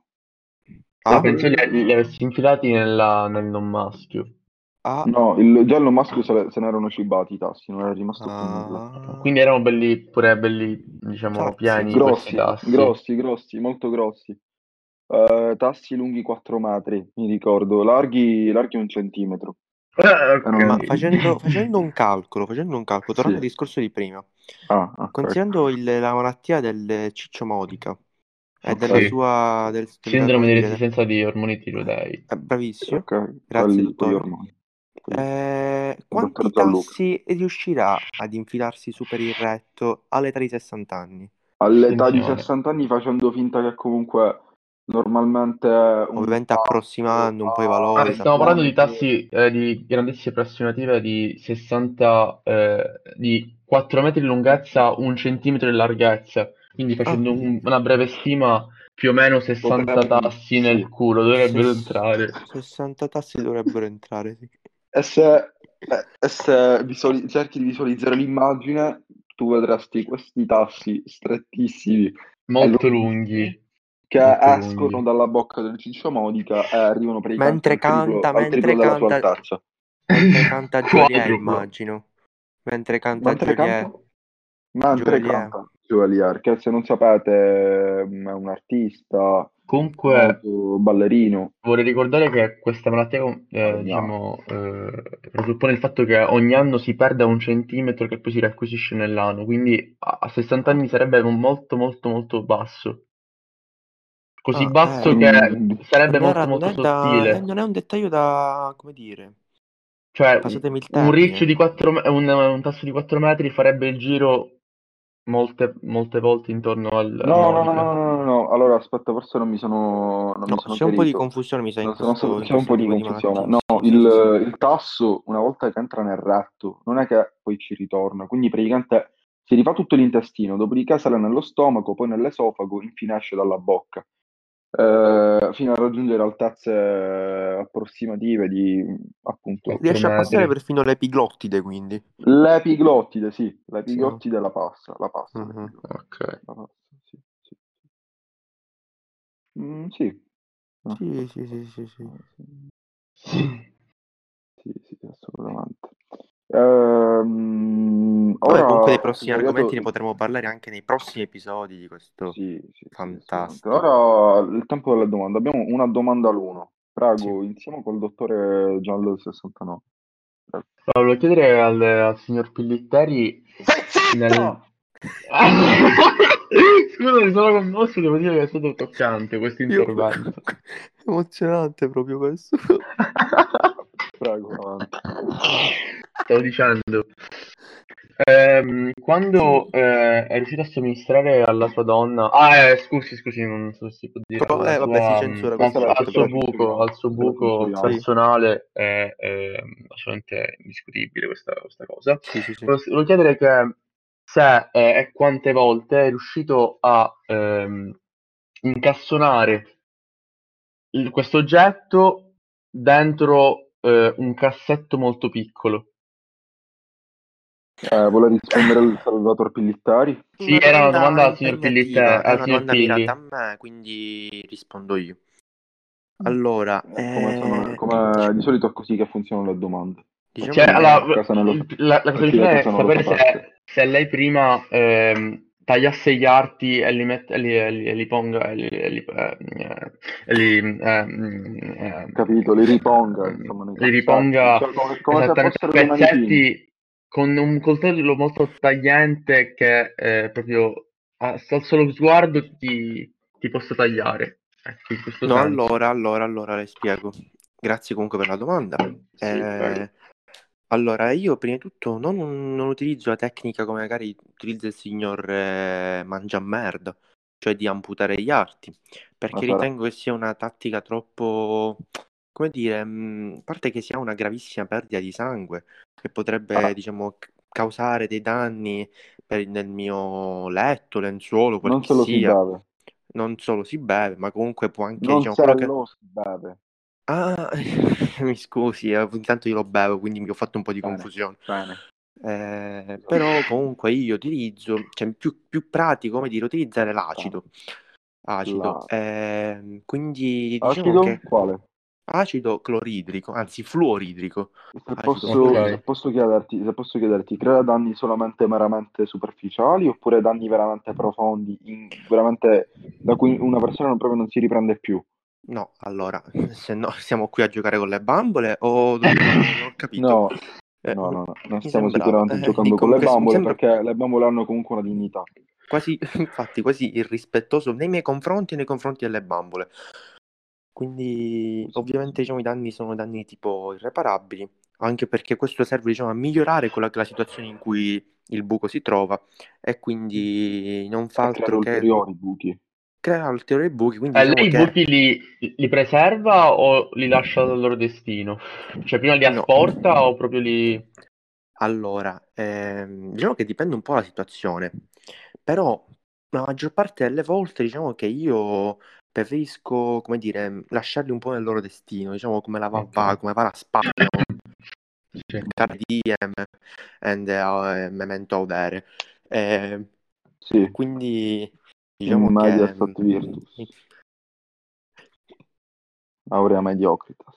[SPEAKER 2] Ah,
[SPEAKER 3] Ah,
[SPEAKER 2] penso li, li avessi infilati nella- nel non maschio.
[SPEAKER 3] ah,
[SPEAKER 1] No, il giallo maschio se, le- se ne erano cibati i tassi, non era rimasto più nulla.
[SPEAKER 2] Quindi
[SPEAKER 3] ah.
[SPEAKER 2] erano belli, pure belli, diciamo,
[SPEAKER 3] Sazzi.
[SPEAKER 2] pieni questi
[SPEAKER 1] Grossi,
[SPEAKER 2] tassi.
[SPEAKER 1] grossi, grossi, molto grossi. Eh, tassi lunghi quattro metri, mi ricordo, larghi, larghi un centimetro.
[SPEAKER 2] Ah,
[SPEAKER 3] Ma
[SPEAKER 1] Erano...
[SPEAKER 2] ok.
[SPEAKER 3] facendo, facendo un calcolo, facendo un calcolo,
[SPEAKER 1] Sì.
[SPEAKER 3] tornando al discorso di prima,
[SPEAKER 1] Ah, ok.
[SPEAKER 3] considerando il- la malattia del ciccio modica e
[SPEAKER 1] Ok,
[SPEAKER 3] della
[SPEAKER 2] Sì.
[SPEAKER 3] sua, del, del-
[SPEAKER 2] Sindrome
[SPEAKER 3] come
[SPEAKER 2] di
[SPEAKER 3] dire,
[SPEAKER 2] resistenza di ormoni tiroidei.
[SPEAKER 3] eh, bravissimo,
[SPEAKER 1] ok,
[SPEAKER 3] grazie
[SPEAKER 1] quelli, quegli
[SPEAKER 3] dottore.
[SPEAKER 1] ormoni. Sì.
[SPEAKER 3] Eh,
[SPEAKER 1] Dottor
[SPEAKER 3] quanti
[SPEAKER 1] Gianluca.
[SPEAKER 3] tassi riuscirà ad infilarsi su per il retto all'età di sessanta anni?
[SPEAKER 1] All'età di
[SPEAKER 2] Attenzione.
[SPEAKER 1] sessanta anni, facendo finta che comunque normalmente un
[SPEAKER 3] Ovviamente
[SPEAKER 1] tasso
[SPEAKER 3] approssimando un po' i
[SPEAKER 2] Ah,
[SPEAKER 3] valori,
[SPEAKER 1] ha
[SPEAKER 2] stiamo parlando di
[SPEAKER 3] sappiamo.
[SPEAKER 1] comunque...
[SPEAKER 2] tassi eh, di grandezza approssimativa di sessanta, eh, di quattro metri di lunghezza, un centimetro di larghezza. Quindi
[SPEAKER 3] Ah,
[SPEAKER 2] facendo un- una breve stima, più o meno sessanta
[SPEAKER 1] Potrebbe...
[SPEAKER 2] tassi nel
[SPEAKER 1] Sì.
[SPEAKER 2] culo dovrebbero
[SPEAKER 3] ses-
[SPEAKER 2] entrare.
[SPEAKER 3] sessanta tassi dovrebbero entrare, sì.
[SPEAKER 1] E se, eh, e se visuali- cerchi di visualizzare l'immagine, tu vedresti questi tassi strettissimi e
[SPEAKER 2] Molto
[SPEAKER 1] lunghissimi
[SPEAKER 2] lunghi,
[SPEAKER 1] che
[SPEAKER 2] molto
[SPEAKER 1] escono
[SPEAKER 2] lunghi.
[SPEAKER 1] dalla bocca del ciccio Modica e arrivano praticamente
[SPEAKER 3] Mentre
[SPEAKER 1] al triplo,
[SPEAKER 3] canta,
[SPEAKER 1] al triplo
[SPEAKER 3] mentre
[SPEAKER 1] della sua
[SPEAKER 3] canta,
[SPEAKER 1] altezza.
[SPEAKER 3] mentre canta Joliet,
[SPEAKER 2] Quadruplo.
[SPEAKER 3] immagino. Mentre canta
[SPEAKER 1] Mentre canta?
[SPEAKER 3] Joliet,
[SPEAKER 1] Mentre
[SPEAKER 3] Joliet.
[SPEAKER 1] canta Joelier, che se non sapete mm, è un artista
[SPEAKER 2] Comunque,
[SPEAKER 1] molto ballerino,
[SPEAKER 2] vorrei ricordare che questa malattia, eh,
[SPEAKER 1] falegname.
[SPEAKER 2] diciamo, eh, presuppone il fatto che ogni anno si perda un centimetro che poi si riacquisisce nell'anno, quindi a, a sessanta anni sarebbe molto molto molto basso, così
[SPEAKER 3] Ah,
[SPEAKER 2] basso
[SPEAKER 3] eh,
[SPEAKER 2] che
[SPEAKER 1] Mm,
[SPEAKER 2] sarebbe
[SPEAKER 3] non era,
[SPEAKER 2] molto
[SPEAKER 3] non
[SPEAKER 2] molto
[SPEAKER 3] è da, eh,
[SPEAKER 2] sottile,
[SPEAKER 3] non è un dettaglio da, come dire,
[SPEAKER 2] cioè un,
[SPEAKER 3] passatemi il
[SPEAKER 2] un riccio
[SPEAKER 3] termine.
[SPEAKER 2] di quattro, me- un, un tasso di quattro metri farebbe il giro molte, molte volte intorno al, a
[SPEAKER 1] No, no, no,
[SPEAKER 2] Modica.
[SPEAKER 1] no, no, no, no. Allora aspetta, forse non mi sono, non
[SPEAKER 3] No,
[SPEAKER 1] mi sono
[SPEAKER 3] c'è un po' di
[SPEAKER 1] chiarito.
[SPEAKER 3] confusione, mi sa, in
[SPEAKER 1] Non sono stato-
[SPEAKER 3] questo, in
[SPEAKER 1] c'è un
[SPEAKER 3] questo
[SPEAKER 1] po' di
[SPEAKER 3] tipo di
[SPEAKER 1] confusione.
[SPEAKER 3] malattie.
[SPEAKER 1] No,
[SPEAKER 3] Sì, sì, sì, sì.
[SPEAKER 1] il, il tasso, una volta che entra nel retto, non è che poi ci ritorna. Quindi praticamente si rifà tutto l'intestino, dopodiché sale nello stomaco, poi nell'esofago, infine esce dalla bocca, eh, fino a raggiungere altezze approssimative di appunto
[SPEAKER 2] quattro
[SPEAKER 3] Riesce a passare
[SPEAKER 2] metri.
[SPEAKER 3] perfino l'epiglottide, quindi.
[SPEAKER 1] l'epiglottide, sì,
[SPEAKER 3] Sì, no?
[SPEAKER 1] l'epiglottide la passa, la passa
[SPEAKER 3] Mhm.
[SPEAKER 1] l'epiglottide.
[SPEAKER 2] Ok.
[SPEAKER 1] La passa, sì, sì. Mm, sì, in
[SPEAKER 3] Sì,
[SPEAKER 1] effetti.
[SPEAKER 3] sì, sì, sì, sì.
[SPEAKER 1] Ah, sì.
[SPEAKER 2] Sì.
[SPEAKER 1] Sì, sì, assolutamente. Ehm,
[SPEAKER 3] Vabbè, comunque
[SPEAKER 1] ora
[SPEAKER 3] dei
[SPEAKER 1] questo
[SPEAKER 3] prossimi argomenti ne
[SPEAKER 1] periodo,
[SPEAKER 3] potremo parlare anche nei prossimi episodi di questo
[SPEAKER 1] sì, sì, sì, assolutamente.
[SPEAKER 3] fantastico.
[SPEAKER 1] Ora il tempo delle domande. Abbiamo una domanda all'uno.
[SPEAKER 3] Sì.
[SPEAKER 1] Prego, iniziamo col dottore Giallo del sessantanove. Prego.
[SPEAKER 2] Allora, volevo chiedere al, al signor Pillitteri
[SPEAKER 3] Stai
[SPEAKER 2] nel...
[SPEAKER 3] zitto!
[SPEAKER 2] Scusa, mi sono commosso, devo dire che è stato toccante questo
[SPEAKER 3] Io
[SPEAKER 2] intervento.
[SPEAKER 3] emozionante proprio questo.
[SPEAKER 1] Prego, avanti.
[SPEAKER 2] Stavo dicendo, ehm, quando eh, è riuscito a somministrare alla sua donna, ah, eh, scusi, scusi, non so se si può dire,
[SPEAKER 3] Però,
[SPEAKER 2] alla
[SPEAKER 3] eh, vabbè, si
[SPEAKER 2] sua, mm,
[SPEAKER 3] censura
[SPEAKER 2] al,
[SPEAKER 3] questa
[SPEAKER 1] Questa la,
[SPEAKER 2] al
[SPEAKER 3] parte,
[SPEAKER 1] questa
[SPEAKER 2] suo
[SPEAKER 1] la
[SPEAKER 3] però.
[SPEAKER 2] buco,
[SPEAKER 1] censuriamo,
[SPEAKER 2] al suo
[SPEAKER 1] questa la
[SPEAKER 2] buco
[SPEAKER 1] censuriamo.
[SPEAKER 3] Sì,
[SPEAKER 2] personale è, è assolutamente indiscutibile questa, questa cosa.
[SPEAKER 3] sì, sì, sì.
[SPEAKER 2] Volevo volevo chiedere che se eh, e quante volte è riuscito a ehm, incastonare il- questo oggetto dentro eh, un cassetto molto piccolo.
[SPEAKER 1] Eh, vuole rispondere il Salvatore Pillittari?
[SPEAKER 2] Sì,
[SPEAKER 3] Una
[SPEAKER 2] era una
[SPEAKER 3] domanda
[SPEAKER 2] domanda al signor Pillitte,
[SPEAKER 3] impegnativa, è
[SPEAKER 2] al
[SPEAKER 3] una
[SPEAKER 2] signor
[SPEAKER 3] domanda mirata a
[SPEAKER 2] Pilli.
[SPEAKER 3] me, quindi rispondo io. Allora,
[SPEAKER 1] Eh, come, sono-
[SPEAKER 3] eh,
[SPEAKER 1] come
[SPEAKER 3] dic-
[SPEAKER 1] di solito è così che funzionano le domande.
[SPEAKER 2] Cioè,
[SPEAKER 3] diciamo
[SPEAKER 1] Chi
[SPEAKER 2] allora,
[SPEAKER 3] che
[SPEAKER 1] da casa non lo,
[SPEAKER 2] il- la, la cosa
[SPEAKER 1] e chi da
[SPEAKER 2] originale
[SPEAKER 1] casa
[SPEAKER 2] è
[SPEAKER 1] non lo
[SPEAKER 2] sapere
[SPEAKER 1] sapesse.
[SPEAKER 2] se, se lei prima ehm, tagliasse gli arti e li, mette, e li, e li, e li ponga, e li, e li, eh, e li, ehm,
[SPEAKER 1] Capito? Li riponga,
[SPEAKER 2] ehm,
[SPEAKER 1] insomma, nei
[SPEAKER 2] li
[SPEAKER 1] cassetti.
[SPEAKER 2] riponga
[SPEAKER 1] Cioè, come, come se
[SPEAKER 2] esattamente a
[SPEAKER 1] fossero dei manichini.
[SPEAKER 2] pezzetti con un coltello molto tagliente che eh, proprio a- al solo sguardo ti, ti possa tagliare. Ecco, in questo
[SPEAKER 3] no,
[SPEAKER 2] senso.
[SPEAKER 3] allora, allora, allora le spiego. Grazie comunque per la domanda.
[SPEAKER 2] Sì, prego.
[SPEAKER 3] Eh, allora, io prima di tutto non, non utilizzo la tecnica come magari utilizza il signor eh, Mangiamerda, cioè di amputare gli arti,
[SPEAKER 1] Ma
[SPEAKER 3] perché
[SPEAKER 1] sarà.
[SPEAKER 3] ritengo che sia una tattica troppo, come dire, mh, a parte che sia una gravissima perdita di sangue, che potrebbe,
[SPEAKER 1] Ah,
[SPEAKER 3] diciamo, c- causare dei danni per- nel mio letto, lenzuolo, quel
[SPEAKER 1] non
[SPEAKER 3] che
[SPEAKER 1] se lo si
[SPEAKER 3] sia.
[SPEAKER 1] beve.
[SPEAKER 3] Non solo si beve, ma comunque può anche,
[SPEAKER 1] Non
[SPEAKER 3] diciamo,
[SPEAKER 1] se
[SPEAKER 3] quello che...
[SPEAKER 1] lo si beve.
[SPEAKER 3] Ah, mi scusi, eh, intanto io lo bevo, quindi mi ho fatto un po' di
[SPEAKER 1] Bene,
[SPEAKER 3] confusione.
[SPEAKER 1] bene.
[SPEAKER 3] Eh, però comunque io utilizzo, cioè più, più pratico, come dire, utilizzare l'acido. Acido.
[SPEAKER 1] La...
[SPEAKER 3] Ehm, quindi diciamo
[SPEAKER 1] Acido?
[SPEAKER 3] che
[SPEAKER 1] Quale?
[SPEAKER 3] acido cloridrico, anzi fluoridrico.
[SPEAKER 1] Se
[SPEAKER 3] Acido
[SPEAKER 1] posso, se
[SPEAKER 2] Ok.
[SPEAKER 3] fluoridrico.
[SPEAKER 1] posso chiederti, se posso chiederti, crea danni solamente meramente superficiali oppure danni veramente profondi, in- veramente da cui una persona non- proprio non si riprende più?
[SPEAKER 3] No, allora, se no siamo qui a giocare con le bambole o dobbiamo... non ho capito.
[SPEAKER 1] No,
[SPEAKER 3] Eh,
[SPEAKER 1] no, no, no, non
[SPEAKER 3] mi
[SPEAKER 1] stiamo
[SPEAKER 3] sembrava.
[SPEAKER 1] sicuramente
[SPEAKER 3] Eh, di-
[SPEAKER 1] giocando con le
[SPEAKER 3] comunque mi
[SPEAKER 1] bambole
[SPEAKER 3] sembra
[SPEAKER 1] perché le bambole hanno comunque una dignità.
[SPEAKER 3] quasi, infatti, quasi irrispettoso nei miei confronti e nei confronti delle bambole. Quindi,
[SPEAKER 1] Sì, sì.
[SPEAKER 3] ovviamente, diciamo, i danni sono danni tipo irreparabili, anche perché questo serve, diciamo, a migliorare quella che è la situazione in cui il buco si trova e quindi non fa
[SPEAKER 1] E creare
[SPEAKER 3] altro che
[SPEAKER 1] ulteriori buchi.
[SPEAKER 3] creare ulteriori buchi. Quindi,
[SPEAKER 2] Eh,
[SPEAKER 3] diciamo
[SPEAKER 2] lei i
[SPEAKER 3] che
[SPEAKER 2] buchi li, li preserva o li lascia al loro destino? Cioè, prima li
[SPEAKER 3] no.
[SPEAKER 2] asporta o proprio li...
[SPEAKER 3] Allora, ehm, diciamo che dipende un po' dalla situazione, però la maggior parte delle volte diciamo che io preferisco, come dire, lasciarli un po' nel loro destino, diciamo come la va,
[SPEAKER 2] Ok.
[SPEAKER 3] va- come va la spada, no?
[SPEAKER 2] Sì.
[SPEAKER 3] Carpe diem and uh, memento audere. Eh,
[SPEAKER 1] Sì,
[SPEAKER 3] quindi
[SPEAKER 1] in
[SPEAKER 3] diciamo
[SPEAKER 1] media
[SPEAKER 3] che
[SPEAKER 1] stat virtus, aurea mediocritas.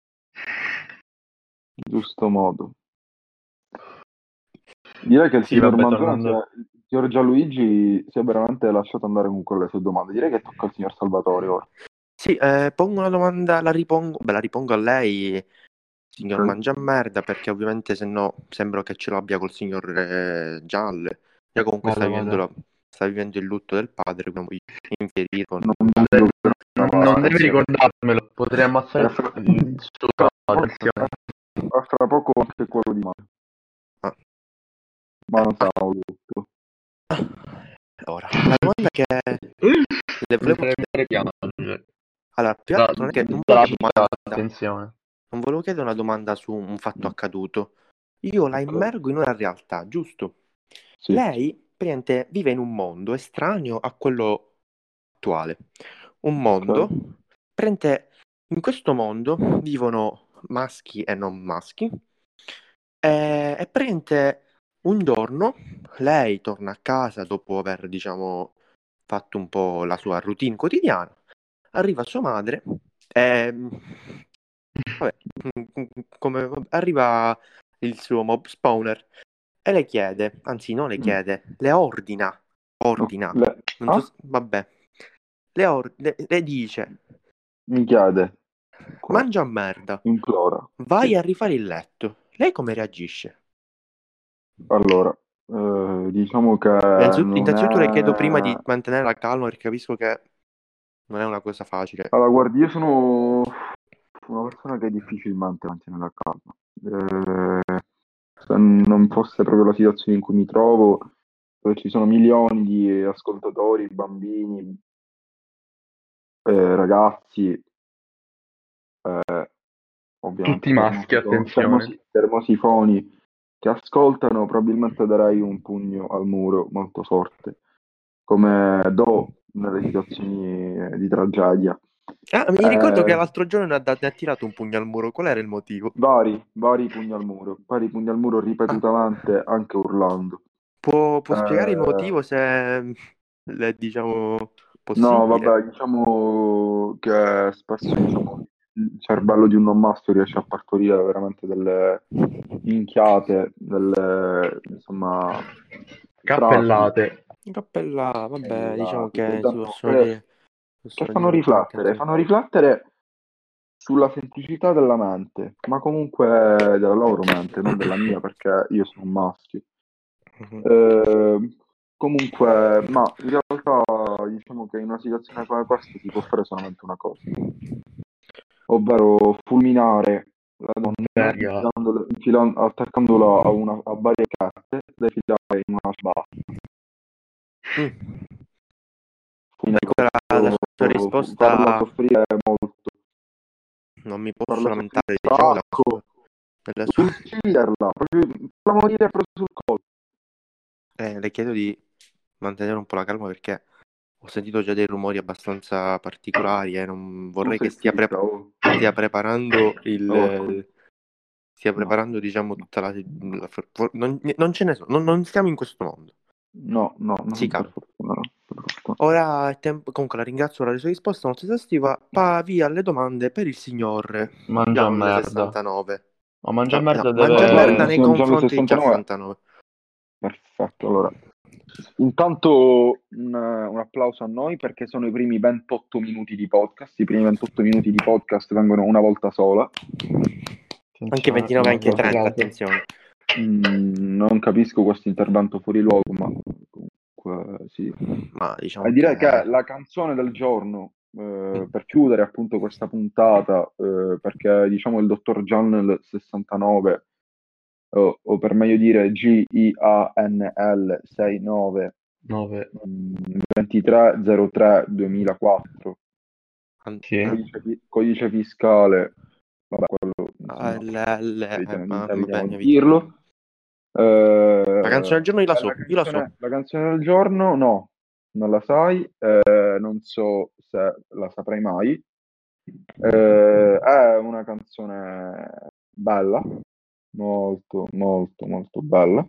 [SPEAKER 1] Giusto modo. Direi che il
[SPEAKER 2] Sì,
[SPEAKER 1] signor
[SPEAKER 2] vabbè,
[SPEAKER 1] Manzona, sia,
[SPEAKER 2] tornando...
[SPEAKER 1] il signor Gianluigi si è veramente lasciato andare con quelle sue domande. Direi che tocca al signor Salvatore ora.
[SPEAKER 3] sì, eh, pongo una domanda, la ripongo, beh, la ripongo a lei, signor
[SPEAKER 1] Ok.
[SPEAKER 3] Mangiamerda, perché ovviamente se no sembra che ce l'abbia col signor eh, Gialle. Già comunque sta
[SPEAKER 2] Vada,
[SPEAKER 3] vivendo,
[SPEAKER 2] vada.
[SPEAKER 3] la- sta vivendo il lutto del padre, quindi infierire con
[SPEAKER 1] Non
[SPEAKER 2] Non deve,
[SPEAKER 1] voglio
[SPEAKER 2] non- non deve
[SPEAKER 3] attenzione.
[SPEAKER 2] ricordarmelo, potrei
[SPEAKER 1] E
[SPEAKER 2] ammazzare
[SPEAKER 1] fra,
[SPEAKER 2] il suo... Attenzione.
[SPEAKER 1] e fra poco anche quello di mano,
[SPEAKER 3] Ah,
[SPEAKER 1] ma
[SPEAKER 3] eh,
[SPEAKER 1] non
[SPEAKER 3] ah,
[SPEAKER 1] sarà voluto.
[SPEAKER 3] ora, la domanda che le
[SPEAKER 2] Mi
[SPEAKER 3] volevo
[SPEAKER 2] farebbe
[SPEAKER 3] chiedere,
[SPEAKER 2] piangere.
[SPEAKER 3] allora, più che
[SPEAKER 2] Da,
[SPEAKER 3] altro non è che non
[SPEAKER 2] dalla
[SPEAKER 3] volevo chiedere
[SPEAKER 2] città,
[SPEAKER 3] una domanda,
[SPEAKER 2] attenzione.
[SPEAKER 3] non volevo chiedere una domanda su un fatto accaduto. Io la
[SPEAKER 1] Ok,
[SPEAKER 3] immergo in una realtà, giusto?
[SPEAKER 1] sì,
[SPEAKER 3] Lei praticamente vive in un mondo estraneo a quello attuale. Un mondo,
[SPEAKER 1] ok,
[SPEAKER 3] praticamente in questo mondo vivono maschi e non maschi. E, e praticamente un giorno lei torna a casa dopo aver, diciamo, fatto un po' la sua routine quotidiana. Arriva sua madre e vabbè, come, arriva il suo mob spawner e le chiede, anzi non le chiede, le ordina, ordina,
[SPEAKER 1] Le...
[SPEAKER 3] non so
[SPEAKER 1] Ah?
[SPEAKER 3] se- vabbè, le, or- le, le dice,
[SPEAKER 1] Mi chiede, qua,
[SPEAKER 3] mangia merda,
[SPEAKER 1] implora.
[SPEAKER 3] vai
[SPEAKER 1] Sì.
[SPEAKER 3] a rifare il letto. Lei come reagisce?
[SPEAKER 1] Allora, eh, diciamo che
[SPEAKER 3] Innanzitutto,
[SPEAKER 1] non
[SPEAKER 3] innanzitutto le chiedo prima
[SPEAKER 1] è...
[SPEAKER 3] di mantenere la calma perché capisco che non è una cosa facile.
[SPEAKER 1] Allora, guardi, io sono una persona che è difficilmente mantiene la calma. Eh, se non fosse proprio la situazione in cui mi trovo, dove ci sono milioni di ascoltatori, bambini, eh, ragazzi, eh,
[SPEAKER 2] Tutti
[SPEAKER 1] ovviamente
[SPEAKER 2] maschi,
[SPEAKER 1] termosifoni,
[SPEAKER 2] attenzione.
[SPEAKER 1] termosi- termosifoni che ascoltano, probabilmente darei un pugno al muro molto forte, come do nelle situazioni di tragedia.
[SPEAKER 3] Ah, mi ricordo che
[SPEAKER 1] Eh,
[SPEAKER 3] l'altro giorno ne ha, dat- ne ha tirato un pugno al muro. Qual era il motivo?
[SPEAKER 1] vari, vari pugni al muro, vari pugni al muro
[SPEAKER 3] Ah,
[SPEAKER 1] ripetutamente, anche urlando.
[SPEAKER 3] può, può spiegare il
[SPEAKER 1] Eh,
[SPEAKER 3] motivo se è, diciamo,
[SPEAKER 1] no,
[SPEAKER 3] possibile?
[SPEAKER 1] vabbè, diciamo che spesso diciamo, il cervello di un non maschio riesce a partorire veramente delle minchiate, delle, insomma, frasi
[SPEAKER 2] Cappellate.
[SPEAKER 3] Cappella, vabbè, diciamo
[SPEAKER 1] esatto, che,
[SPEAKER 3] che si
[SPEAKER 1] danno-
[SPEAKER 3] possono
[SPEAKER 1] che-
[SPEAKER 3] dire,
[SPEAKER 1] che
[SPEAKER 3] possono
[SPEAKER 1] fanno
[SPEAKER 3] dire tutte le
[SPEAKER 1] riflettere,
[SPEAKER 3] canzoni.
[SPEAKER 1] fanno riflettere sulla semplicità della mente, ma comunque della loro mente, non della mia, perché io sono un maschio.
[SPEAKER 3] Mhm.
[SPEAKER 1] Eh, comunque, ma in realtà diciamo che in una situazione come questa si può fare solamente una cosa, ovvero fulminare la donna
[SPEAKER 2] Seria.
[SPEAKER 1] infilando- infilan- attaccandola a, una, a varie carte da infilare in una ciabatta.
[SPEAKER 3] Mm.
[SPEAKER 1] Quindi
[SPEAKER 3] Ancora la sua
[SPEAKER 1] ecco, farla
[SPEAKER 3] risposta
[SPEAKER 1] soffrire molto,
[SPEAKER 3] non mi posso
[SPEAKER 1] farla soffrire
[SPEAKER 3] lamentare,
[SPEAKER 1] un
[SPEAKER 3] diciamo, della
[SPEAKER 1] sacco,
[SPEAKER 3] sua, della sua...
[SPEAKER 1] ucciderla, proprio farla morire proprio sul colpo.
[SPEAKER 3] Eh, le chiedo di mantenere un po' la calma perché ho sentito già dei rumori abbastanza particolari e non
[SPEAKER 1] Tu
[SPEAKER 3] vorrei che
[SPEAKER 1] sei
[SPEAKER 3] stia,
[SPEAKER 1] zitta,
[SPEAKER 3] prepa-
[SPEAKER 1] oh.
[SPEAKER 3] stia preparando
[SPEAKER 1] Oh,
[SPEAKER 3] il... stia
[SPEAKER 1] no,
[SPEAKER 3] preparando, diciamo,
[SPEAKER 1] no,
[SPEAKER 3] tutta la... la- for- non, non ce ne sono, non, non stiamo in questo mondo.
[SPEAKER 1] no, no,
[SPEAKER 3] Si
[SPEAKER 1] no, per
[SPEAKER 3] calma.
[SPEAKER 1] fortuna no, per fortuna.
[SPEAKER 3] Ora è tempo, comunque la ringrazio per la sua risposta molto esaustiva. Pa via alle domande per il signor
[SPEAKER 2] Mangia
[SPEAKER 3] Gian
[SPEAKER 2] merda.
[SPEAKER 3] sessantanove.
[SPEAKER 2] Ma mangia
[SPEAKER 3] No, no,
[SPEAKER 2] merda
[SPEAKER 3] mangia
[SPEAKER 1] Va
[SPEAKER 3] merda
[SPEAKER 1] bene,
[SPEAKER 2] deve...
[SPEAKER 3] nei
[SPEAKER 1] signor Gianni
[SPEAKER 3] confronti di
[SPEAKER 1] sessantanove.
[SPEAKER 3] sessantanove.
[SPEAKER 1] Perfetto, allora. Intanto un, un applauso a noi perché sono i primi ventotto minuti di podcast. I primi ventotto minuti di podcast vengono una volta sola.
[SPEAKER 3] Anche
[SPEAKER 2] Attenzione,
[SPEAKER 3] ventinove, anche
[SPEAKER 2] guarda
[SPEAKER 3] trenta,
[SPEAKER 2] caso.
[SPEAKER 3] attenzione.
[SPEAKER 1] Mm, non capisco questo intervento fuori luogo, ma comunque sì.
[SPEAKER 3] Ma
[SPEAKER 1] E
[SPEAKER 3] diciamo
[SPEAKER 1] direi
[SPEAKER 3] che...
[SPEAKER 1] che la canzone del giorno, eh, per chiudere appunto questa puntata, eh, perché diciamo il dottor Gian sessantanove, o, o per meglio dire G I A N L sessantanove,
[SPEAKER 2] nove.
[SPEAKER 1] mm, ventitré zero tre duemilaquattro,
[SPEAKER 3] an-
[SPEAKER 2] Sì.
[SPEAKER 3] eh,
[SPEAKER 1] codice, fi- codice fiscale, vabbè, quello insomma
[SPEAKER 3] L, L, eh,
[SPEAKER 1] evitiamo,
[SPEAKER 3] ma
[SPEAKER 1] evitiamo
[SPEAKER 3] vabbè,
[SPEAKER 1] di
[SPEAKER 3] ne evitiamo.
[SPEAKER 1] dirlo. Eh,
[SPEAKER 3] La canzone del giorno io la
[SPEAKER 1] è la
[SPEAKER 3] so, io la
[SPEAKER 1] canzone,
[SPEAKER 3] so.
[SPEAKER 1] la canzone del giorno, no, non la sai, eh, non so se la saprai mai. Eh, è una canzone bella, molto, molto, molto bella.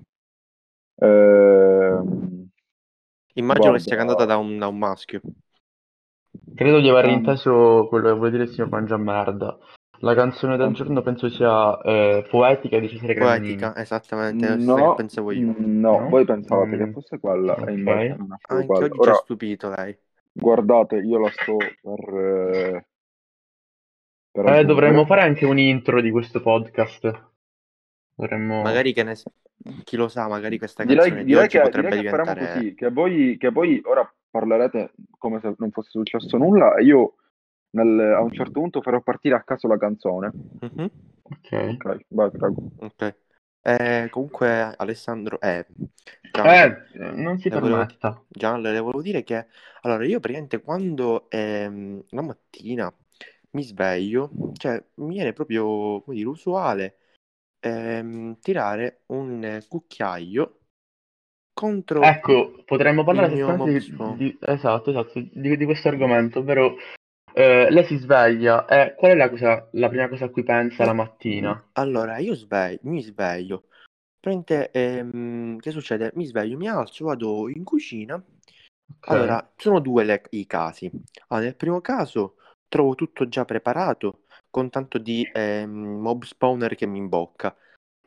[SPEAKER 1] Ehm,
[SPEAKER 3] Immagino che
[SPEAKER 1] guarda,
[SPEAKER 3] sia cantata da un, da un maschio.
[SPEAKER 2] Credo di aver
[SPEAKER 1] ehm,
[SPEAKER 2] inteso quello che vuole dire il signor Mangia merda. La canzone del
[SPEAKER 1] ehm,
[SPEAKER 2] giorno penso sia eh, poetica di Cesare Cremonini.
[SPEAKER 3] Poetica, esattamente, è la stessa che
[SPEAKER 1] no,
[SPEAKER 3] pensavo io.
[SPEAKER 1] no,
[SPEAKER 2] No?
[SPEAKER 1] voi pensavate che
[SPEAKER 2] Mm,
[SPEAKER 1] fosse quella e invece
[SPEAKER 2] ok.
[SPEAKER 1] non è proprio
[SPEAKER 3] Anche
[SPEAKER 1] quella.
[SPEAKER 3] oggi ci ha
[SPEAKER 1] Ora,
[SPEAKER 3] stupito lei.
[SPEAKER 1] guardate, io la sto per, eh, per
[SPEAKER 2] Eh, dovremmo
[SPEAKER 1] aggiungere.
[SPEAKER 2] fare anche un intro di questo podcast. Dovremmo...
[SPEAKER 3] Magari che ne... chi lo sa, magari questa
[SPEAKER 1] Direi,
[SPEAKER 3] canzone di
[SPEAKER 1] direi
[SPEAKER 3] oggi
[SPEAKER 1] che, direi
[SPEAKER 3] potrebbe
[SPEAKER 1] che faremo
[SPEAKER 3] diventare...
[SPEAKER 1] così, che voi, che voi ora parlerete come se non fosse successo nulla e io nel- a un certo punto farò partire a caso la canzone.
[SPEAKER 3] Mhm.
[SPEAKER 2] Ok.
[SPEAKER 1] Ok, vai, prego.
[SPEAKER 3] Ok. Eh, comunque, Alessandro, eh, Gian,
[SPEAKER 2] Eh, non si
[SPEAKER 3] le volevo, di-
[SPEAKER 2] permetta.
[SPEAKER 3] Gian, le volevo dire che, allora, io praticamente quando ehm, la mattina mi sveglio, cioè, mi viene proprio, come dire, usuale ehm, tirare un cucchiaio contro
[SPEAKER 2] Ecco, potremmo
[SPEAKER 3] il
[SPEAKER 2] parlare
[SPEAKER 3] mio
[SPEAKER 2] esattamente
[SPEAKER 3] mob
[SPEAKER 2] di,
[SPEAKER 3] spawn.
[SPEAKER 2] di- esatto, esatto, di, di questo argomento, ovvero eh, lei si sveglia e qual è la cosa, la prima cosa a cui pensa la
[SPEAKER 3] No,
[SPEAKER 2] mattina?
[SPEAKER 3] allora, io sveglio, mi sveglio. Praticamente, ehm, che succede? Mi sveglio, mi alzo, vado in cucina.
[SPEAKER 2] Ok,
[SPEAKER 3] Allora, sono due le- i casi. Allora, nel primo caso trovo tutto già preparato, con tanto di ehm, mob spawner che mi imbocca.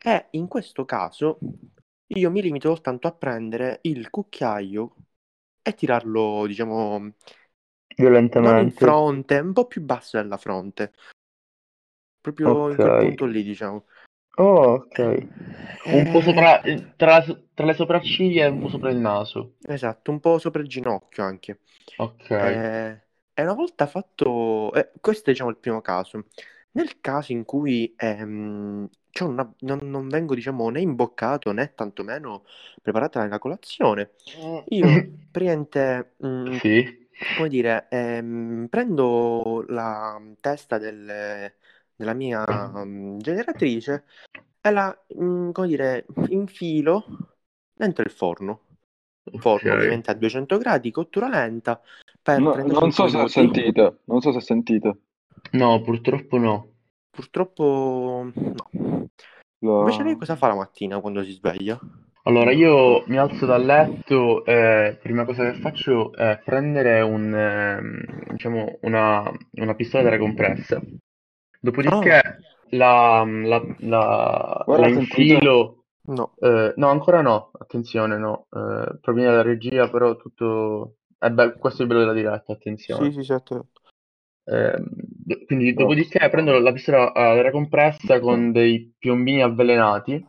[SPEAKER 3] E in questo caso io mi limito soltanto a prendere il cucchiaio e tirarlo, diciamo, non in
[SPEAKER 2] Violentemente.
[SPEAKER 3] fronte, un po' più basso della fronte. Proprio in quel
[SPEAKER 2] Ok.
[SPEAKER 3] punto lì, diciamo.
[SPEAKER 2] Oh, ok. Un po'
[SPEAKER 3] Eh,
[SPEAKER 2] sopra, eh, tra, tra le sopracciglia e un po' sopra il naso.
[SPEAKER 3] esatto, un po' sopra il ginocchio anche.
[SPEAKER 2] Ok.
[SPEAKER 3] Eh, e una volta fatto, eh, questo è, diciamo, il primo caso. Nel caso in cui ehm, c'ho una- non, non vengo, diciamo, né imboccato né tantomeno preparata la colazione, io praticamente, mm,
[SPEAKER 2] Sì.
[SPEAKER 3] come dire, ehm, prendo la testa del- della mia mm, generatrice e la, mm, come dire, infilo dentro il forno.
[SPEAKER 2] Ok.
[SPEAKER 3] Forno ovviamente a duecento gradi, cottura lenta per
[SPEAKER 1] No, non
[SPEAKER 3] trentacinque
[SPEAKER 1] so se
[SPEAKER 3] minuti.
[SPEAKER 1] sentite, non so se sentite.
[SPEAKER 2] No, purtroppo no.
[SPEAKER 3] Purtroppo no. Invece lei
[SPEAKER 1] La...
[SPEAKER 3] cosa fa la mattina quando si sveglia?
[SPEAKER 2] Allora, io mi alzo dal letto e prima cosa che faccio è prendere un, ehm, diciamo, una, una pistola d'aria compressa.
[SPEAKER 3] Ah,
[SPEAKER 2] Dopodiché la, la, la, la
[SPEAKER 1] Ora sentite?
[SPEAKER 2] infilo.
[SPEAKER 3] no.
[SPEAKER 2] Eh, no, ancora no, attenzione, no. Eh, proviene dalla regia, però tutto. Eh beh, questo è il bello della diretta,
[SPEAKER 3] Sì,
[SPEAKER 2] attenzione.
[SPEAKER 3] sì, certo.
[SPEAKER 2] Ehm, do- quindi,
[SPEAKER 1] Grazie.
[SPEAKER 2] dopodiché prendo la pistola ad aria compressa con dei piombini avvelenati.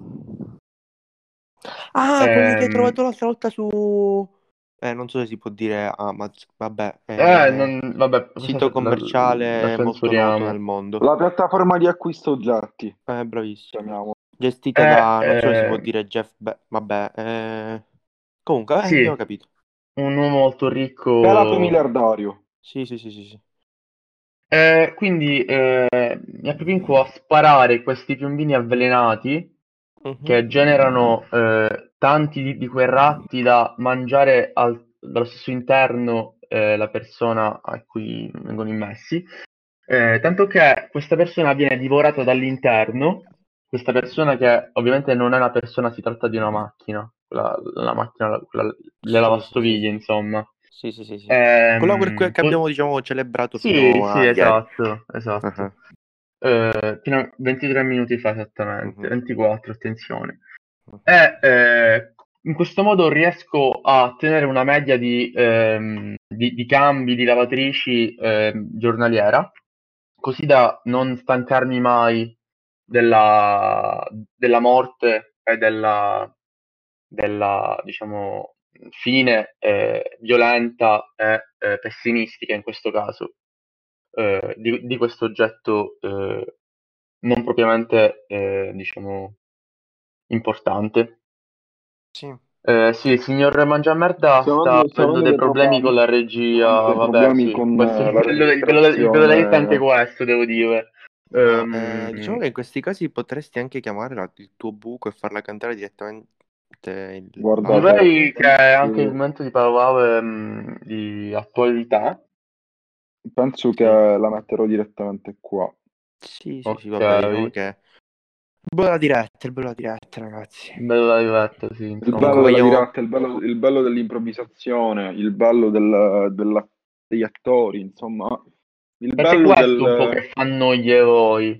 [SPEAKER 3] Ah, quelli che hai
[SPEAKER 2] Ehm,
[SPEAKER 3] trovato l'altra volta su... Eh, non so se si può dire Amazon, vabbè,
[SPEAKER 2] eh,
[SPEAKER 3] eh,
[SPEAKER 2] non, vabbè, questa
[SPEAKER 3] sito
[SPEAKER 2] ce- la, la
[SPEAKER 3] commerciale molto noto nel
[SPEAKER 2] censuriamo.
[SPEAKER 3] mondo.
[SPEAKER 1] La piattaforma di acquisto oggetti,
[SPEAKER 3] Eh, bravissimo.
[SPEAKER 1] chiamiamo.
[SPEAKER 3] Gestita
[SPEAKER 2] Eh,
[SPEAKER 3] da, non so se si può
[SPEAKER 2] eh,
[SPEAKER 3] dire Jeff, Be- vabbè, eh, comunque, eh,
[SPEAKER 2] sì,
[SPEAKER 3] abbiamo capito.
[SPEAKER 2] un uomo molto
[SPEAKER 1] Pelato
[SPEAKER 2] ricco.
[SPEAKER 1] miliardario.
[SPEAKER 3] Sì, sì, sì, sì, sì.
[SPEAKER 2] Eh, quindi eh, mi appropinco a sparare questi piombini avvelenati
[SPEAKER 3] Mhm.
[SPEAKER 2] che generano eh, tanti di, di quei ratti da mangiare al- dallo stesso interno eh, la persona a cui vengono immessi. Eh, tanto che questa persona viene divorata dall'interno. Questa persona che ovviamente non è una persona, si tratta di una macchina, la, la macchina, quella, le
[SPEAKER 3] Sì, sì, sì,
[SPEAKER 2] lavastoviglie,
[SPEAKER 3] sì.
[SPEAKER 2] insomma.
[SPEAKER 3] Sì, sì, sì, sì. Quella per cui
[SPEAKER 2] Ehm,
[SPEAKER 3] che
[SPEAKER 2] po-
[SPEAKER 3] abbiamo, diciamo, celebrato
[SPEAKER 2] sì,
[SPEAKER 3] fino
[SPEAKER 2] sì,
[SPEAKER 3] a ieri.
[SPEAKER 2] esatto, esatto.
[SPEAKER 3] Ah,
[SPEAKER 2] Eh, fino a ventitré minuti fa esattamente,
[SPEAKER 3] mhm.
[SPEAKER 2] ventiquattro, attenzione. E eh, in questo modo riesco a tenere una media di, ehm, di- di cambi di lavatrici ehm, giornaliera, così da non stancarmi mai della, della morte e della, della, diciamo, fine eh, violenta e eh, pessimistica in questo caso eh, di, di questo oggetto eh, non propriamente, eh, diciamo, importante.
[SPEAKER 3] Sì.
[SPEAKER 2] Eh, sì, il signor Mangiamerda
[SPEAKER 1] Stiamo
[SPEAKER 2] sta
[SPEAKER 1] avendo, stiamo
[SPEAKER 2] avendo
[SPEAKER 1] avendo
[SPEAKER 2] dei
[SPEAKER 1] dei
[SPEAKER 2] problemi con
[SPEAKER 1] problemi,
[SPEAKER 2] la
[SPEAKER 1] stiamo avendo
[SPEAKER 2] regia,
[SPEAKER 1] dei
[SPEAKER 2] vabbè,
[SPEAKER 1] problemi
[SPEAKER 2] sì,
[SPEAKER 1] con
[SPEAKER 2] questo è
[SPEAKER 1] eh,
[SPEAKER 2] il
[SPEAKER 1] la
[SPEAKER 2] bello, il bello del- il bello della diretta è anche
[SPEAKER 1] registrazione.
[SPEAKER 2] questo, devo dire.
[SPEAKER 3] No,
[SPEAKER 2] Ehm,
[SPEAKER 3] eh, diciamo che in questi casi potresti anche chiamare la- il tuo buco e farla cantare direttamente il-
[SPEAKER 1] Guardate,
[SPEAKER 3] l'audio.
[SPEAKER 2] direi che è anche il
[SPEAKER 1] penso,
[SPEAKER 2] momento di parlare ehm, di attualità.
[SPEAKER 1] penso che
[SPEAKER 3] Sì.
[SPEAKER 1] la metterò direttamente qua.
[SPEAKER 3] Sì, sì, sì,
[SPEAKER 2] Ok,
[SPEAKER 3] vabbè, diciamo che... Bella diretta, il bello della diretta, ragazzi.
[SPEAKER 2] bello la diretta, sì,
[SPEAKER 1] Il
[SPEAKER 3] Comunque
[SPEAKER 1] bello
[SPEAKER 2] insomma.
[SPEAKER 1] della
[SPEAKER 3] vogliamo...
[SPEAKER 1] diretta, il bello, il bello dell'improvvisazione, il bello del- della- degli attori, insomma, il
[SPEAKER 2] Perché
[SPEAKER 1] bello
[SPEAKER 2] questo è un po'
[SPEAKER 1] del...
[SPEAKER 2] che fanno gli eroi.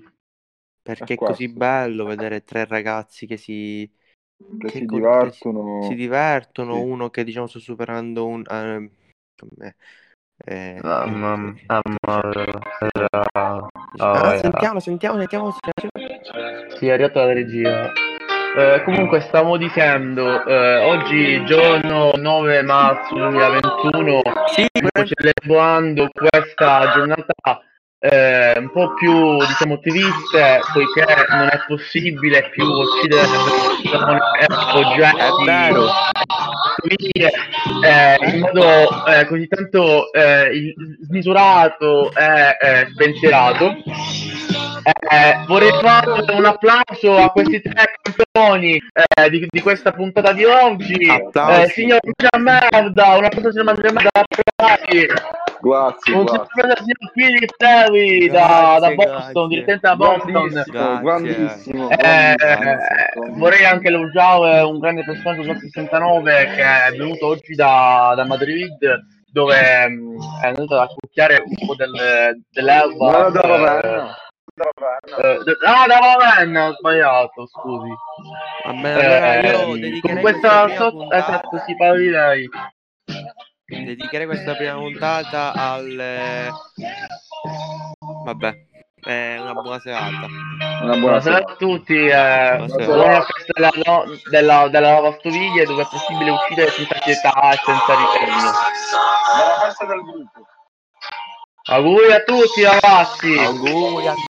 [SPEAKER 1] è
[SPEAKER 3] Perché è così
[SPEAKER 1] questo,
[SPEAKER 3] bello vedere tre ragazzi che si...
[SPEAKER 1] che
[SPEAKER 3] che
[SPEAKER 1] si
[SPEAKER 3] con- che si... si
[SPEAKER 1] divertono,
[SPEAKER 3] divertono,
[SPEAKER 1] sì.
[SPEAKER 3] uno che, diciamo, sta superando un... eh, come- eh,
[SPEAKER 2] Mamma,
[SPEAKER 3] sì,
[SPEAKER 2] mamma,
[SPEAKER 3] dice-
[SPEAKER 2] era-
[SPEAKER 3] dice-
[SPEAKER 2] oh,
[SPEAKER 3] Ah,
[SPEAKER 2] yeah.
[SPEAKER 3] sentiamo, sentiamo, sentiamo.
[SPEAKER 2] Sì, è arrivata la regia. Eh, comunque stavo dicendo, eh, oggi giorno nove marzo duemilaventuno,
[SPEAKER 3] Sì,
[SPEAKER 2] stiamo
[SPEAKER 3] que-
[SPEAKER 2] celebrando questa giornata eh, un po' più, diciamo, triste, poiché non è possibile più uccidere persone e
[SPEAKER 3] è
[SPEAKER 2] oggetti
[SPEAKER 3] vero.
[SPEAKER 2] eh, in modo eh, così tanto eh, il- smisurato e eh, spensierato. Eh, vorrei fare un applauso a questi tre campioni eh, di, di questa puntata di oggi. Eh,
[SPEAKER 3] Applausi.
[SPEAKER 2] signor Mangia Merda, un applauso signor Mangia Merda, applausi.
[SPEAKER 1] Grazie,
[SPEAKER 2] Un
[SPEAKER 1] grazie.
[SPEAKER 2] applauso al signor Philip Terry da, da
[SPEAKER 3] Grazie,
[SPEAKER 2] Boston,
[SPEAKER 3] grazie.
[SPEAKER 2] direttamente da Boston.
[SPEAKER 1] Grandissimo,
[SPEAKER 3] Grazie.
[SPEAKER 1] grandissimo,
[SPEAKER 2] Eh,
[SPEAKER 3] Grazie.
[SPEAKER 1] grandissimo,
[SPEAKER 2] vorrei
[SPEAKER 1] grandissimo.
[SPEAKER 2] anche elogiare un grande personaggio del sessantanove che è venuto oggi da, da Madrid, dove mh, è andato a cucchiare un po' del,
[SPEAKER 1] Non
[SPEAKER 2] dell'erba
[SPEAKER 1] è da
[SPEAKER 2] eh,
[SPEAKER 1] Ravenna.
[SPEAKER 2] Eh, d- ah, da Ravenna, ho sbagliato, scusi.
[SPEAKER 3] Vabbè, allora io
[SPEAKER 2] Ehm,
[SPEAKER 3] dedicherei
[SPEAKER 2] con
[SPEAKER 3] questa
[SPEAKER 2] questa
[SPEAKER 3] prima
[SPEAKER 2] so-
[SPEAKER 3] puntata.
[SPEAKER 2] esatto, si parla di lei.
[SPEAKER 3] Dedicherei questa prima puntata al. eh, Vabbè, è una buona serata.
[SPEAKER 1] Una buona
[SPEAKER 2] Buonasera
[SPEAKER 1] serata.
[SPEAKER 2] a tutti, eh,
[SPEAKER 3] Buonasera.
[SPEAKER 2] buona festa della, no- della, della lavastoviglie dove è possibile uscire senza pietà e senza ritegno.
[SPEAKER 1] Buona festa del gruppo.
[SPEAKER 2] Auguri a tutti ragazzi!
[SPEAKER 3] Auguri a